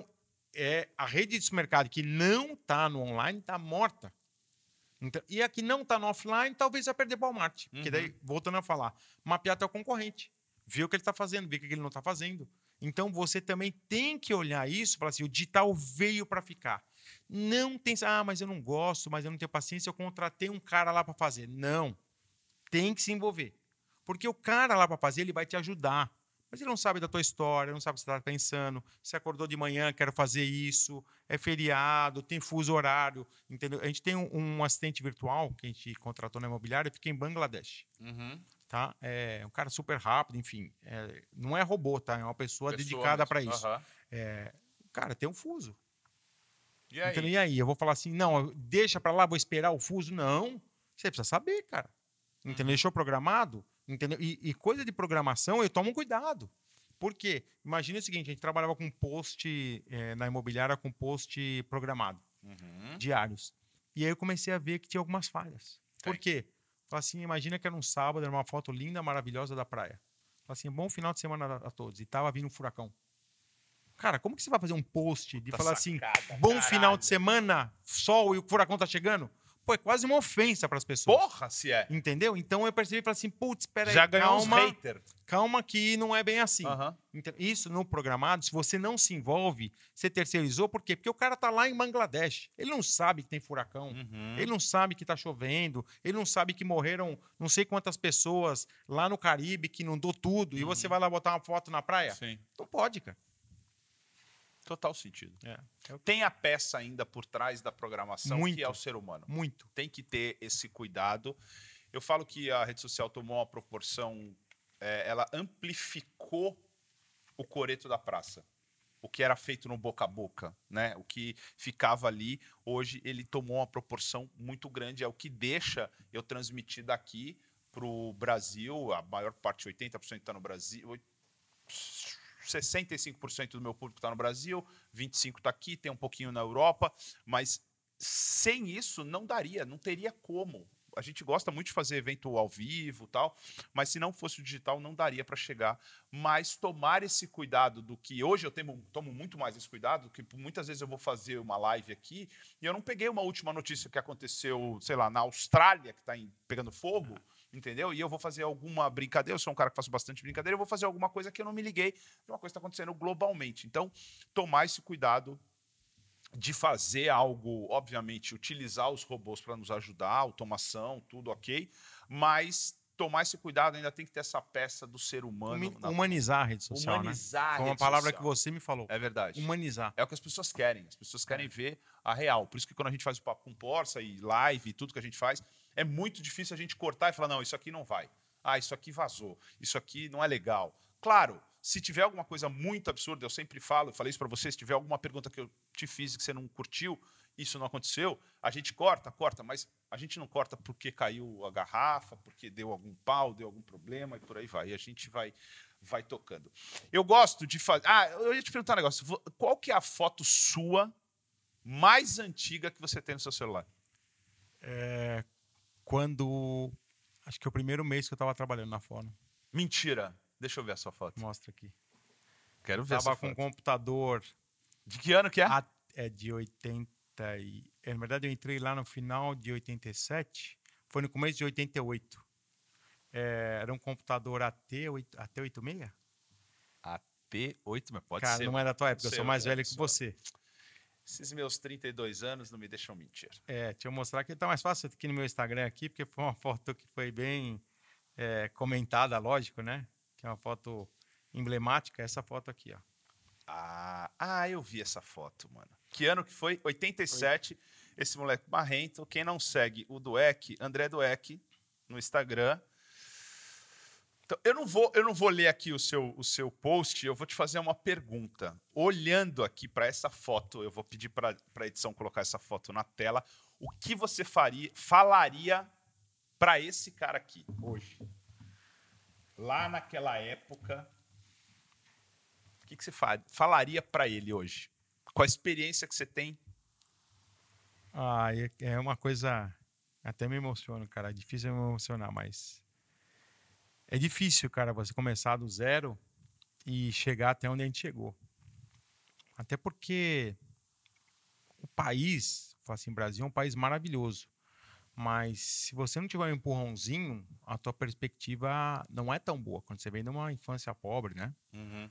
é a rede de supermercado que não está no online está morta. Então, e a que não está no offline, talvez vai perder para o Walmart. Porque Uhum. daí, voltando a falar, mapear teu concorrente. Ver o que ele está fazendo, ver o que ele não está fazendo. Então, você também tem que olhar isso e falar assim, o digital veio para ficar. Não tem, ah, mas eu não gosto, mas eu não tenho paciência, eu contratei um cara lá para fazer. Não. Tem que se envolver. Porque o cara lá para fazer, ele vai te ajudar. Mas ele não sabe da tua história, não sabe o que você está pensando. Você acordou de manhã, quero fazer isso, é feriado, tem fuso horário. Entendeu? A gente tem um, um assistente virtual que a gente contratou na imobiliária, fica em Bangladesh. Uhum. Tá? É um cara super rápido, enfim. É, não é robô, tá? É uma pessoa, Pessoa dedicada mesmo. para isso. Aham. É, cara, tem um fuso. E aí? Entendeu? E aí? Eu vou falar assim, não, deixa para lá, vou esperar o fuso. Não. Você precisa saber, cara. Entendeu? Deixou programado? Entendeu? E, e coisa de programação, eu tomo cuidado. Por quê? Imagina o seguinte, a gente trabalhava com post, é, na imobiliária, com post programado, Uhum. diários. E aí eu comecei a ver que tinha algumas falhas. Por Tem. quê? Falei assim, imagina que era um sábado, era uma foto linda, maravilhosa da praia. Falei assim, bom final de semana a, a todos. E tava vindo um furacão. Cara, como que você vai fazer um post de Tá falar assim, sacada, bom caralho. final de semana, sol e o furacão tá chegando? Pô, é quase uma ofensa para as pessoas. Porra, se é. Entendeu? Então eu percebi e falei assim, putz, espera aí, Já ganhou uns calma, haters. calma que não é bem assim. Aham. Então, isso no programado, se você não se envolve, você terceirizou, por quê? Porque o cara tá lá em Bangladesh, ele não sabe que tem furacão, Uhum. ele não sabe que tá chovendo, ele não sabe que morreram não sei quantas pessoas lá no Caribe, que inundou tudo, e você vai lá botar uma foto na praia? Sim. Não pode, cara. Total sentido. É, é Tem a peça ainda por trás da programação, Muito. que é o ser humano. muito. Tem que ter esse cuidado. Eu falo que a rede social tomou uma proporção, é, ela amplificou o coreto da praça. o que era feito no boca a boca, né? O que ficava ali, hoje ele tomou uma proporção muito grande, é o que deixa eu transmitir daqui para o Brasil, a maior parte, oitenta por cento está no Brasil, sessenta e cinco por cento do meu público está no Brasil, vinte e cinco por cento está aqui, tem um pouquinho na Europa, mas sem isso não daria, não teria como. A gente gosta muito de fazer evento ao vivo e tal, mas se não fosse o digital, não daria para chegar. Mas tomar esse cuidado do que hoje eu tenho, tomo muito mais esse cuidado, que muitas vezes eu vou fazer uma live aqui e eu não peguei uma última notícia que aconteceu, sei lá, na Austrália, que está pegando fogo, entendeu? E eu vou fazer alguma brincadeira, eu sou um cara que faço bastante brincadeira, eu vou fazer alguma coisa que eu não me liguei de uma coisa que está acontecendo globalmente. Então, tomar esse cuidado de fazer algo, obviamente, utilizar os robôs para nos ajudar, automação, tudo ok, mas tomar esse cuidado ainda tem que ter essa peça do ser humano. Na... Humanizar a rede social, Humanizar, né? Foi uma palavra social que você me falou. É verdade. Humanizar. É o que as pessoas querem. As pessoas querem é. ver a real. Por isso que quando a gente faz o Papo com Porça e live e tudo que a gente faz, é muito difícil a gente cortar e falar, não, isso aqui não vai. Ah, isso aqui vazou. Isso aqui não é legal. Claro, se tiver alguma coisa muito absurda, eu sempre falo, eu falei isso para você, se tiver alguma pergunta que eu te fiz e que você não curtiu, isso não aconteceu, a gente corta, corta, mas a gente não corta porque caiu a garrafa, porque deu algum pau, deu algum problema e por aí vai. E a gente vai, vai tocando. Eu gosto de fazer... Ah, eu ia te perguntar um negócio. Qual que é a foto sua mais antiga que você tem no seu celular? É, quando... Acho que é o primeiro mês que eu estava trabalhando na Fórum. Mentira! Deixa eu ver a sua foto. Mostra aqui. Quero ver essa foto. Estava com um computador... De que ano que é? A, é de oitenta e... Na verdade, eu entrei lá no final de oitenta e sete. Foi no começo de oitenta e oito. É, era um computador A T oitenta e seis? A T oito, mas pode Cara, ser. Cara, não é da tua época, eu sou mais velho que você. Esses meus trinta e dois anos não me deixam mentir. É, deixa eu mostrar que tá mais fácil aqui no meu Instagram aqui, porque foi uma foto que foi bem é, comentada, lógico, né? Que é uma foto emblemática, essa foto aqui, ó. Ah, ah, eu vi essa foto, mano. Que ano que foi? oitenta e sete. Foi. Esse moleque marrento. Quem não segue o Dueck, André Dueck, no Instagram. Então, eu não vou, eu não vou ler aqui o seu, o seu post, eu vou te fazer uma pergunta. Olhando aqui para essa foto, eu vou pedir para a edição colocar essa foto na tela. O que você faria, falaria para esse cara aqui hoje? Lá naquela época, o que, que você fa falaria para ele hoje? Com a experiência que você tem? Ah, é uma coisa... Até me emociono, cara. É difícil me emocionar, mas... É difícil, cara, você começar do zero e chegar até onde a gente chegou. Até porque o país, assim, Brasil é um país maravilhoso. Mas se você não tiver um empurrãozinho, a tua perspectiva não é tão boa. Quando você vem de uma infância pobre, né? Uhum.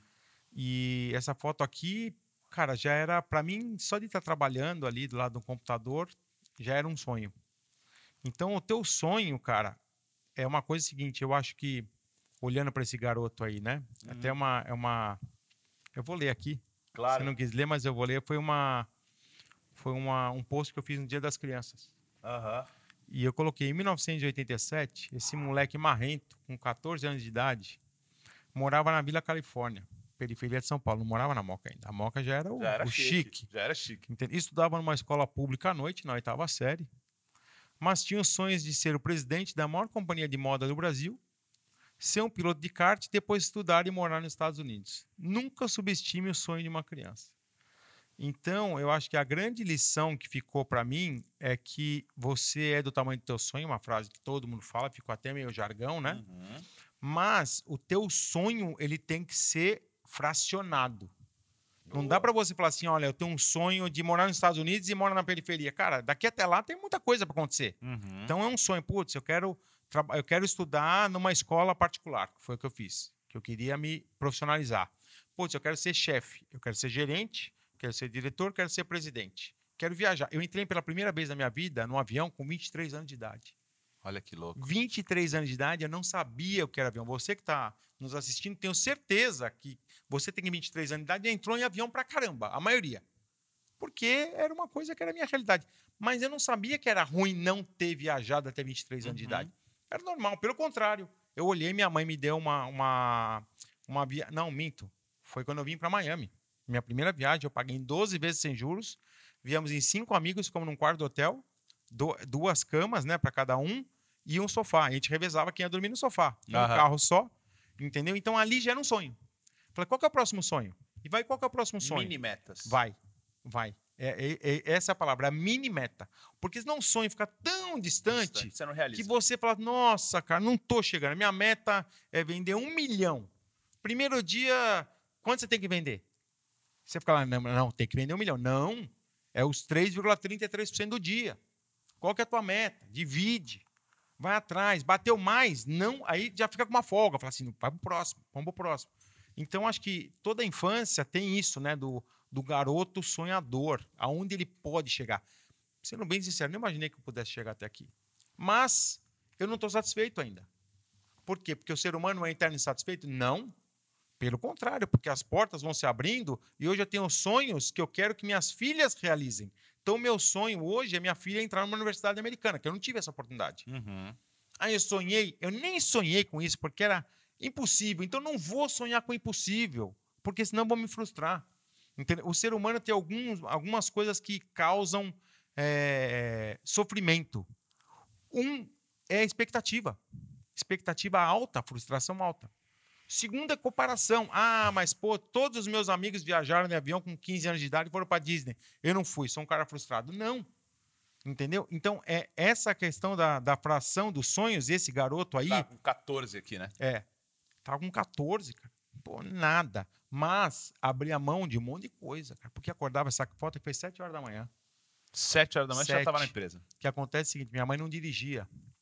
E essa foto aqui, cara, já era... Para mim, só de estar trabalhando ali do lado do computador, já era um sonho. Então, o teu sonho, cara... É uma coisa seguinte, eu acho que, olhando para esse garoto aí, né? Uhum. Até uma, é uma... Eu vou ler aqui. Claro. Você não quis ler, mas eu vou ler. Foi, uma, foi uma, um post que eu fiz no Dia das Crianças. Uhum. E eu coloquei, em mil novecentos e oitenta e sete, esse moleque marrento, com quatorze anos de idade, morava na Vila Califórnia, periferia de São Paulo. Não morava na Moca ainda. A Moca já era o, já era o chique. chique. Já era chique. Entendeu? Estudava numa escola pública à noite, na oitava série. Mas tinha os sonhos de ser o presidente da maior companhia de moda do Brasil, ser um piloto de kart e depois estudar e morar nos Estados Unidos. Nunca subestime o sonho de uma criança. Então, eu acho que a grande lição que ficou para mim é que você é do tamanho do teu sonho, uma frase que todo mundo fala, ficou até meio jargão, né? Uhum. Mas o teu sonho ele tem que ser fracionado. Boa. Não dá para você falar assim, olha, eu tenho um sonho de morar nos Estados Unidos e morar na periferia. Cara, daqui até lá tem muita coisa para acontecer. Uhum. Então é um sonho. Putz, eu quero, eu quero estudar numa escola particular, que foi o que eu fiz. Que eu queria me profissionalizar. Putz, eu quero ser chefe, eu quero ser gerente, quero ser diretor, quero ser presidente. Quero viajar. Eu entrei pela primeira vez na minha vida num avião com vinte e três anos de idade. Olha que louco. vinte e três anos de idade, eu não sabia o que era avião. Você que está nos assistindo, tenho certeza que você tem vinte e três anos de idade e entrou em avião pra caramba, a maioria. Porque era uma coisa que era a minha realidade. Mas eu não sabia que era ruim não ter viajado até vinte e três anos uhum. de idade. Era normal, pelo contrário. Eu olhei, minha mãe me deu uma... uma, uma via... Não, minto. Foi quando eu vim para Miami. Minha primeira viagem, eu paguei em doze vezes sem juros. Viemos em cinco amigos, ficamos num quarto do hotel, do, duas camas, né, para cada um, e um sofá. A gente revezava quem ia dormir no sofá. Um Aham. carro só, entendeu? Então ali já era um sonho. Falei, qual que é o próximo sonho? E vai, qual que é o próximo sonho? Mini metas. Vai, vai. É, é- é- essa é a palavra, a mini meta. Porque senão o sonho fica tão distante, Distante, você não realiza. que você fala, nossa, cara, não tô chegando. Minha meta é vender um milhão. Primeiro dia, quanto você tem que vender? Você fica lá, não, não, tem que vender um milhão. Não, é os três vírgula trinta e três por cento do dia. Qual que é a tua meta? Divide. Vai atrás. Bateu mais? Não, aí já fica com uma folga. Fala assim, vai pro próximo, vamos pro próximo. Então, acho que toda a infância tem isso, né? Do, do garoto sonhador, aonde ele pode chegar. Sendo bem sincero, não imaginei que eu pudesse chegar até aqui. Mas eu não estou satisfeito ainda. Por quê? Porque o ser humano é eterno insatisfeito? Não. Pelo contrário, porque as portas vão se abrindo e hoje eu tenho sonhos que eu quero que minhas filhas realizem. Então, meu sonho hoje é minha filha entrar numa universidade americana, que eu não tive essa oportunidade. Uhum. Aí eu sonhei, eu nem sonhei com isso, porque era impossível. Então, não vou sonhar com o impossível, porque senão eu vou me frustrar. Entendeu? O ser humano tem alguns, algumas coisas que causam é, sofrimento. Um é a expectativa. Expectativa alta, frustração alta. Segundo é comparação. Ah, mas pô, todos os meus amigos viajaram de avião com quinze anos de idade e foram para Disney. Eu não fui, sou um cara frustrado. Não. Entendeu? Então, é essa questão da, da fração dos sonhos, esse garoto aí. Tá com quatorze aqui, né? É. Tá com quatorze, cara. Pô, nada. Mas abri a mão de um monte de coisa, cara. Porque acordava essa foto foi sete horas da manhã. Sete horas da manhã você já estava na Sete. empresa. O que acontece é o seguinte: minha mãe não dirigia.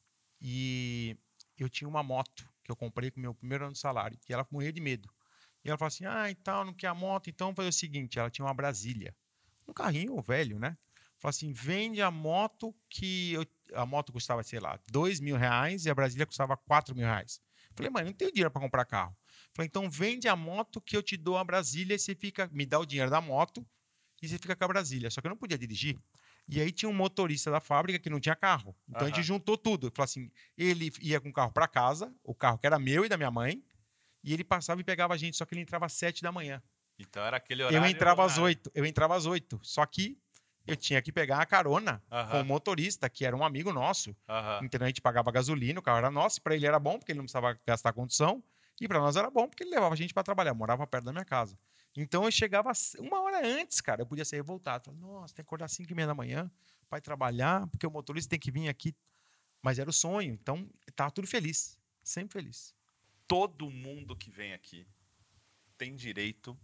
E eu tinha uma moto que eu comprei com o meu primeiro ano de salário. E ela morria de medo. E ela falou assim: ah, e tal, não quer a moto, então vamos fazer o seguinte. Ela tinha uma Brasília. Um carrinho velho, né? Falou assim: vende a moto que eu, a moto custava, sei lá, dois mil reais e a Brasília custava quatro mil reais. Falei, mãe, não tenho dinheiro para comprar carro. Falei, então vende a moto que eu te dou a Brasília e você fica, me dá o dinheiro da moto e você fica com a Brasília. Só que eu não podia dirigir. E aí tinha um motorista da fábrica que não tinha carro. Então a gente Aham. juntou tudo. Falou assim: ele ia com o carro para casa, o carro que era meu e da minha mãe, e ele passava e pegava a gente, só que ele entrava às sete da manhã. Então era aquele horário. Eu entrava às horário. oito. Eu entrava às oito. Só que eu tinha que pegar a carona Aham. com o motorista, que era um amigo nosso. Aham. Então a gente pagava gasolina, o carro era nosso, para ele era bom, porque ele não precisava gastar condução, e para nós era bom, porque ele levava a gente para trabalhar, morava perto da minha casa. Então eu chegava uma hora antes, cara, eu podia ser revoltado. Falava, nossa, tem que acordar às cinco e meia da manhã para ir trabalhar, porque o motorista tem que vir aqui. Mas era o sonho, então estava tudo feliz, sempre feliz. Todo mundo que vem aqui tem direito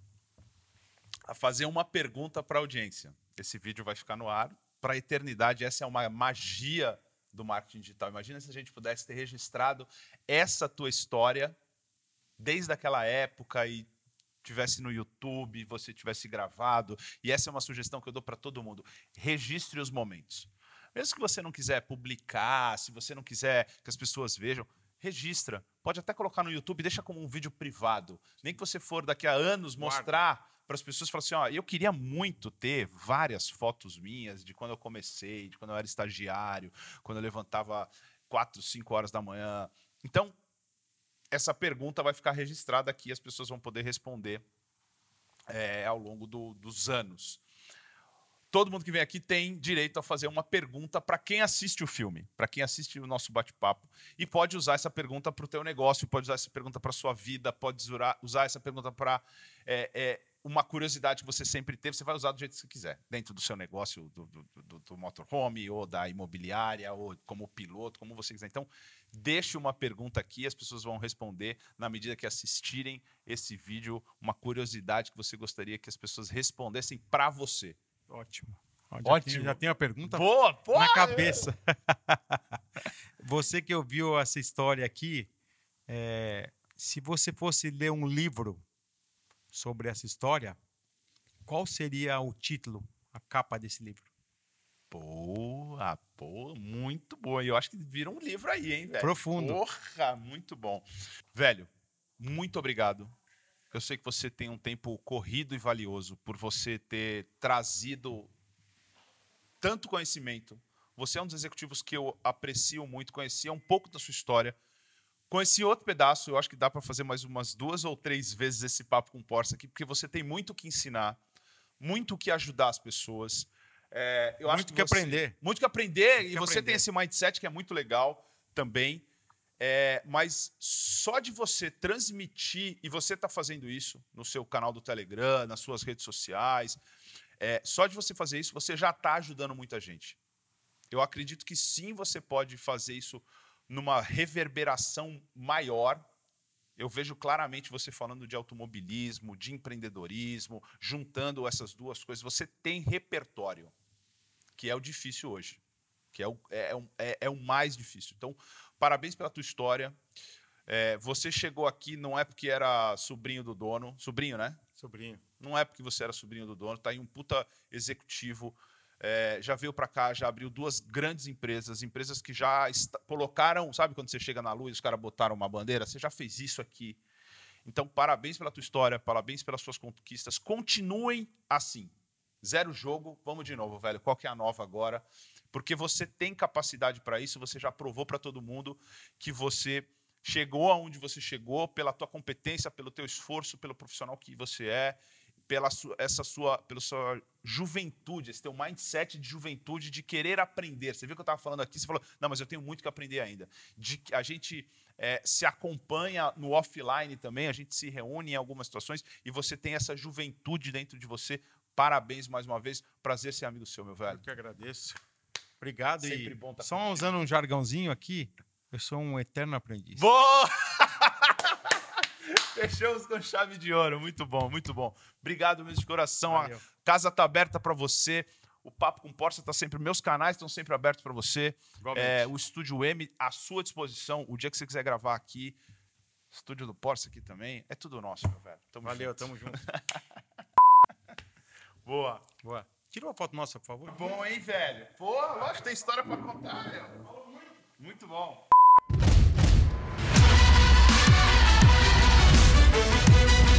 a fazer uma pergunta para a audiência. Esse vídeo vai ficar no ar para a eternidade. Essa é uma magia do marketing digital. Imagina se a gente pudesse ter registrado essa tua história desde aquela época e tivesse no YouTube, você tivesse gravado. E essa é uma sugestão que eu dou para todo mundo. Registre os momentos. Mesmo que você não quiser publicar, se você não quiser que as pessoas vejam, registra. Pode até colocar no YouTube, deixa como um vídeo privado. Nem que você for daqui a anos mostrar para as pessoas, falar assim, ó, eu queria muito ter várias fotos minhas de quando eu comecei, de quando eu era estagiário, quando eu levantava quatro, cinco horas da manhã. Então, essa pergunta vai ficar registrada aqui, as pessoas vão poder responder é, ao longo do, dos anos. Todo mundo que vem aqui tem direito a fazer uma pergunta para quem assiste o filme, para quem assiste o nosso bate-papo. E pode usar essa pergunta para o teu negócio, pode usar essa pergunta para a sua vida, pode usar essa pergunta para é, é, uma curiosidade que você sempre teve. Você vai usar do jeito que você quiser, dentro do seu negócio, do, do, do, do motorhome, ou da imobiliária, ou como piloto, como você quiser. Então, deixe uma pergunta aqui, as pessoas vão responder na medida que assistirem esse vídeo, uma curiosidade que você gostaria que as pessoas respondessem para você. Ótimo. Ótimo. Já tenho, já tenho a pergunta Boa, porra, na cabeça. Você que ouviu essa história aqui, é, se você fosse ler um livro sobre essa história, qual seria o título, a capa desse livro? Boa, pô, muito boa. E eu acho que vira um livro aí, hein, velho? Profundo. Porra, muito bom. Velho, muito obrigado. Eu sei que você tem um tempo corrido e valioso por você ter trazido tanto conhecimento. Você é um dos executivos que eu aprecio muito, conhecia um pouco da sua história, Com esse outro pedaço, eu acho que dá para fazer mais umas duas ou três vezes esse papo com o Porça aqui, porque você tem muito o que ensinar, muito o que ajudar as pessoas. É, eu muito acho que, que você, aprender. Muito que aprender, muito e que você aprender. tem esse mindset que é muito legal também. É, mas só de você transmitir, e você está fazendo isso no seu canal do Telegram, nas suas redes sociais, é, só de você fazer isso, você já está ajudando muita gente. Eu acredito que sim, você pode fazer isso numa reverberação maior. Eu vejo claramente você falando de automobilismo, de empreendedorismo, juntando essas duas coisas. Você tem repertório, que é o difícil hoje, que é o, é, é, é o mais difícil. Então, parabéns pela tua história. É, você chegou aqui, não é porque era sobrinho do dono, sobrinho, né? Sobrinho. Não é porque você era sobrinho do dono, tá aí um puta executivo, é, já veio para cá, já abriu duas grandes empresas, empresas que já está, colocaram, sabe quando você chega na luz e os caras botaram uma bandeira? Você já fez isso aqui. Então, parabéns pela tua história, parabéns pelas suas conquistas. Continuem assim. Zero jogo, vamos de novo, velho. Qual que é a nova agora? Porque você tem capacidade para isso, você já provou para todo mundo que você chegou aonde você chegou pela tua competência, pelo teu esforço, pelo profissional que você é, pela sua, essa sua, pela sua juventude, esse teu mindset de juventude, de querer aprender. Você viu que eu estava falando aqui, você falou, não, mas eu tenho muito que aprender ainda. De, a gente é, se acompanha no offline também, a gente se reúne em algumas situações e você tem essa juventude dentro de você. Parabéns mais uma vez. Prazer ser amigo seu, meu velho. Eu que agradeço. Obrigado. Sempre e bom tá só contigo. usando um jargãozinho aqui, eu sou um eterno aprendiz. Boa! Fechamos com chave de ouro. Muito bom, muito bom. Obrigado mesmo de coração. Valeu. A casa está aberta para você. O Papo com Porça está sempre... Meus canais estão sempre abertos para você. É, o Estúdio M à sua disposição. O dia que você quiser gravar aqui. Estúdio do Porça aqui também. É tudo nosso, meu velho. Tamo Valeu, junto. tamo junto. Boa. Boa. Tira uma foto nossa, por favor. Bom, hein, velho? Pô, lógico, tem história para contar, meu. Falou muito. Muito bom.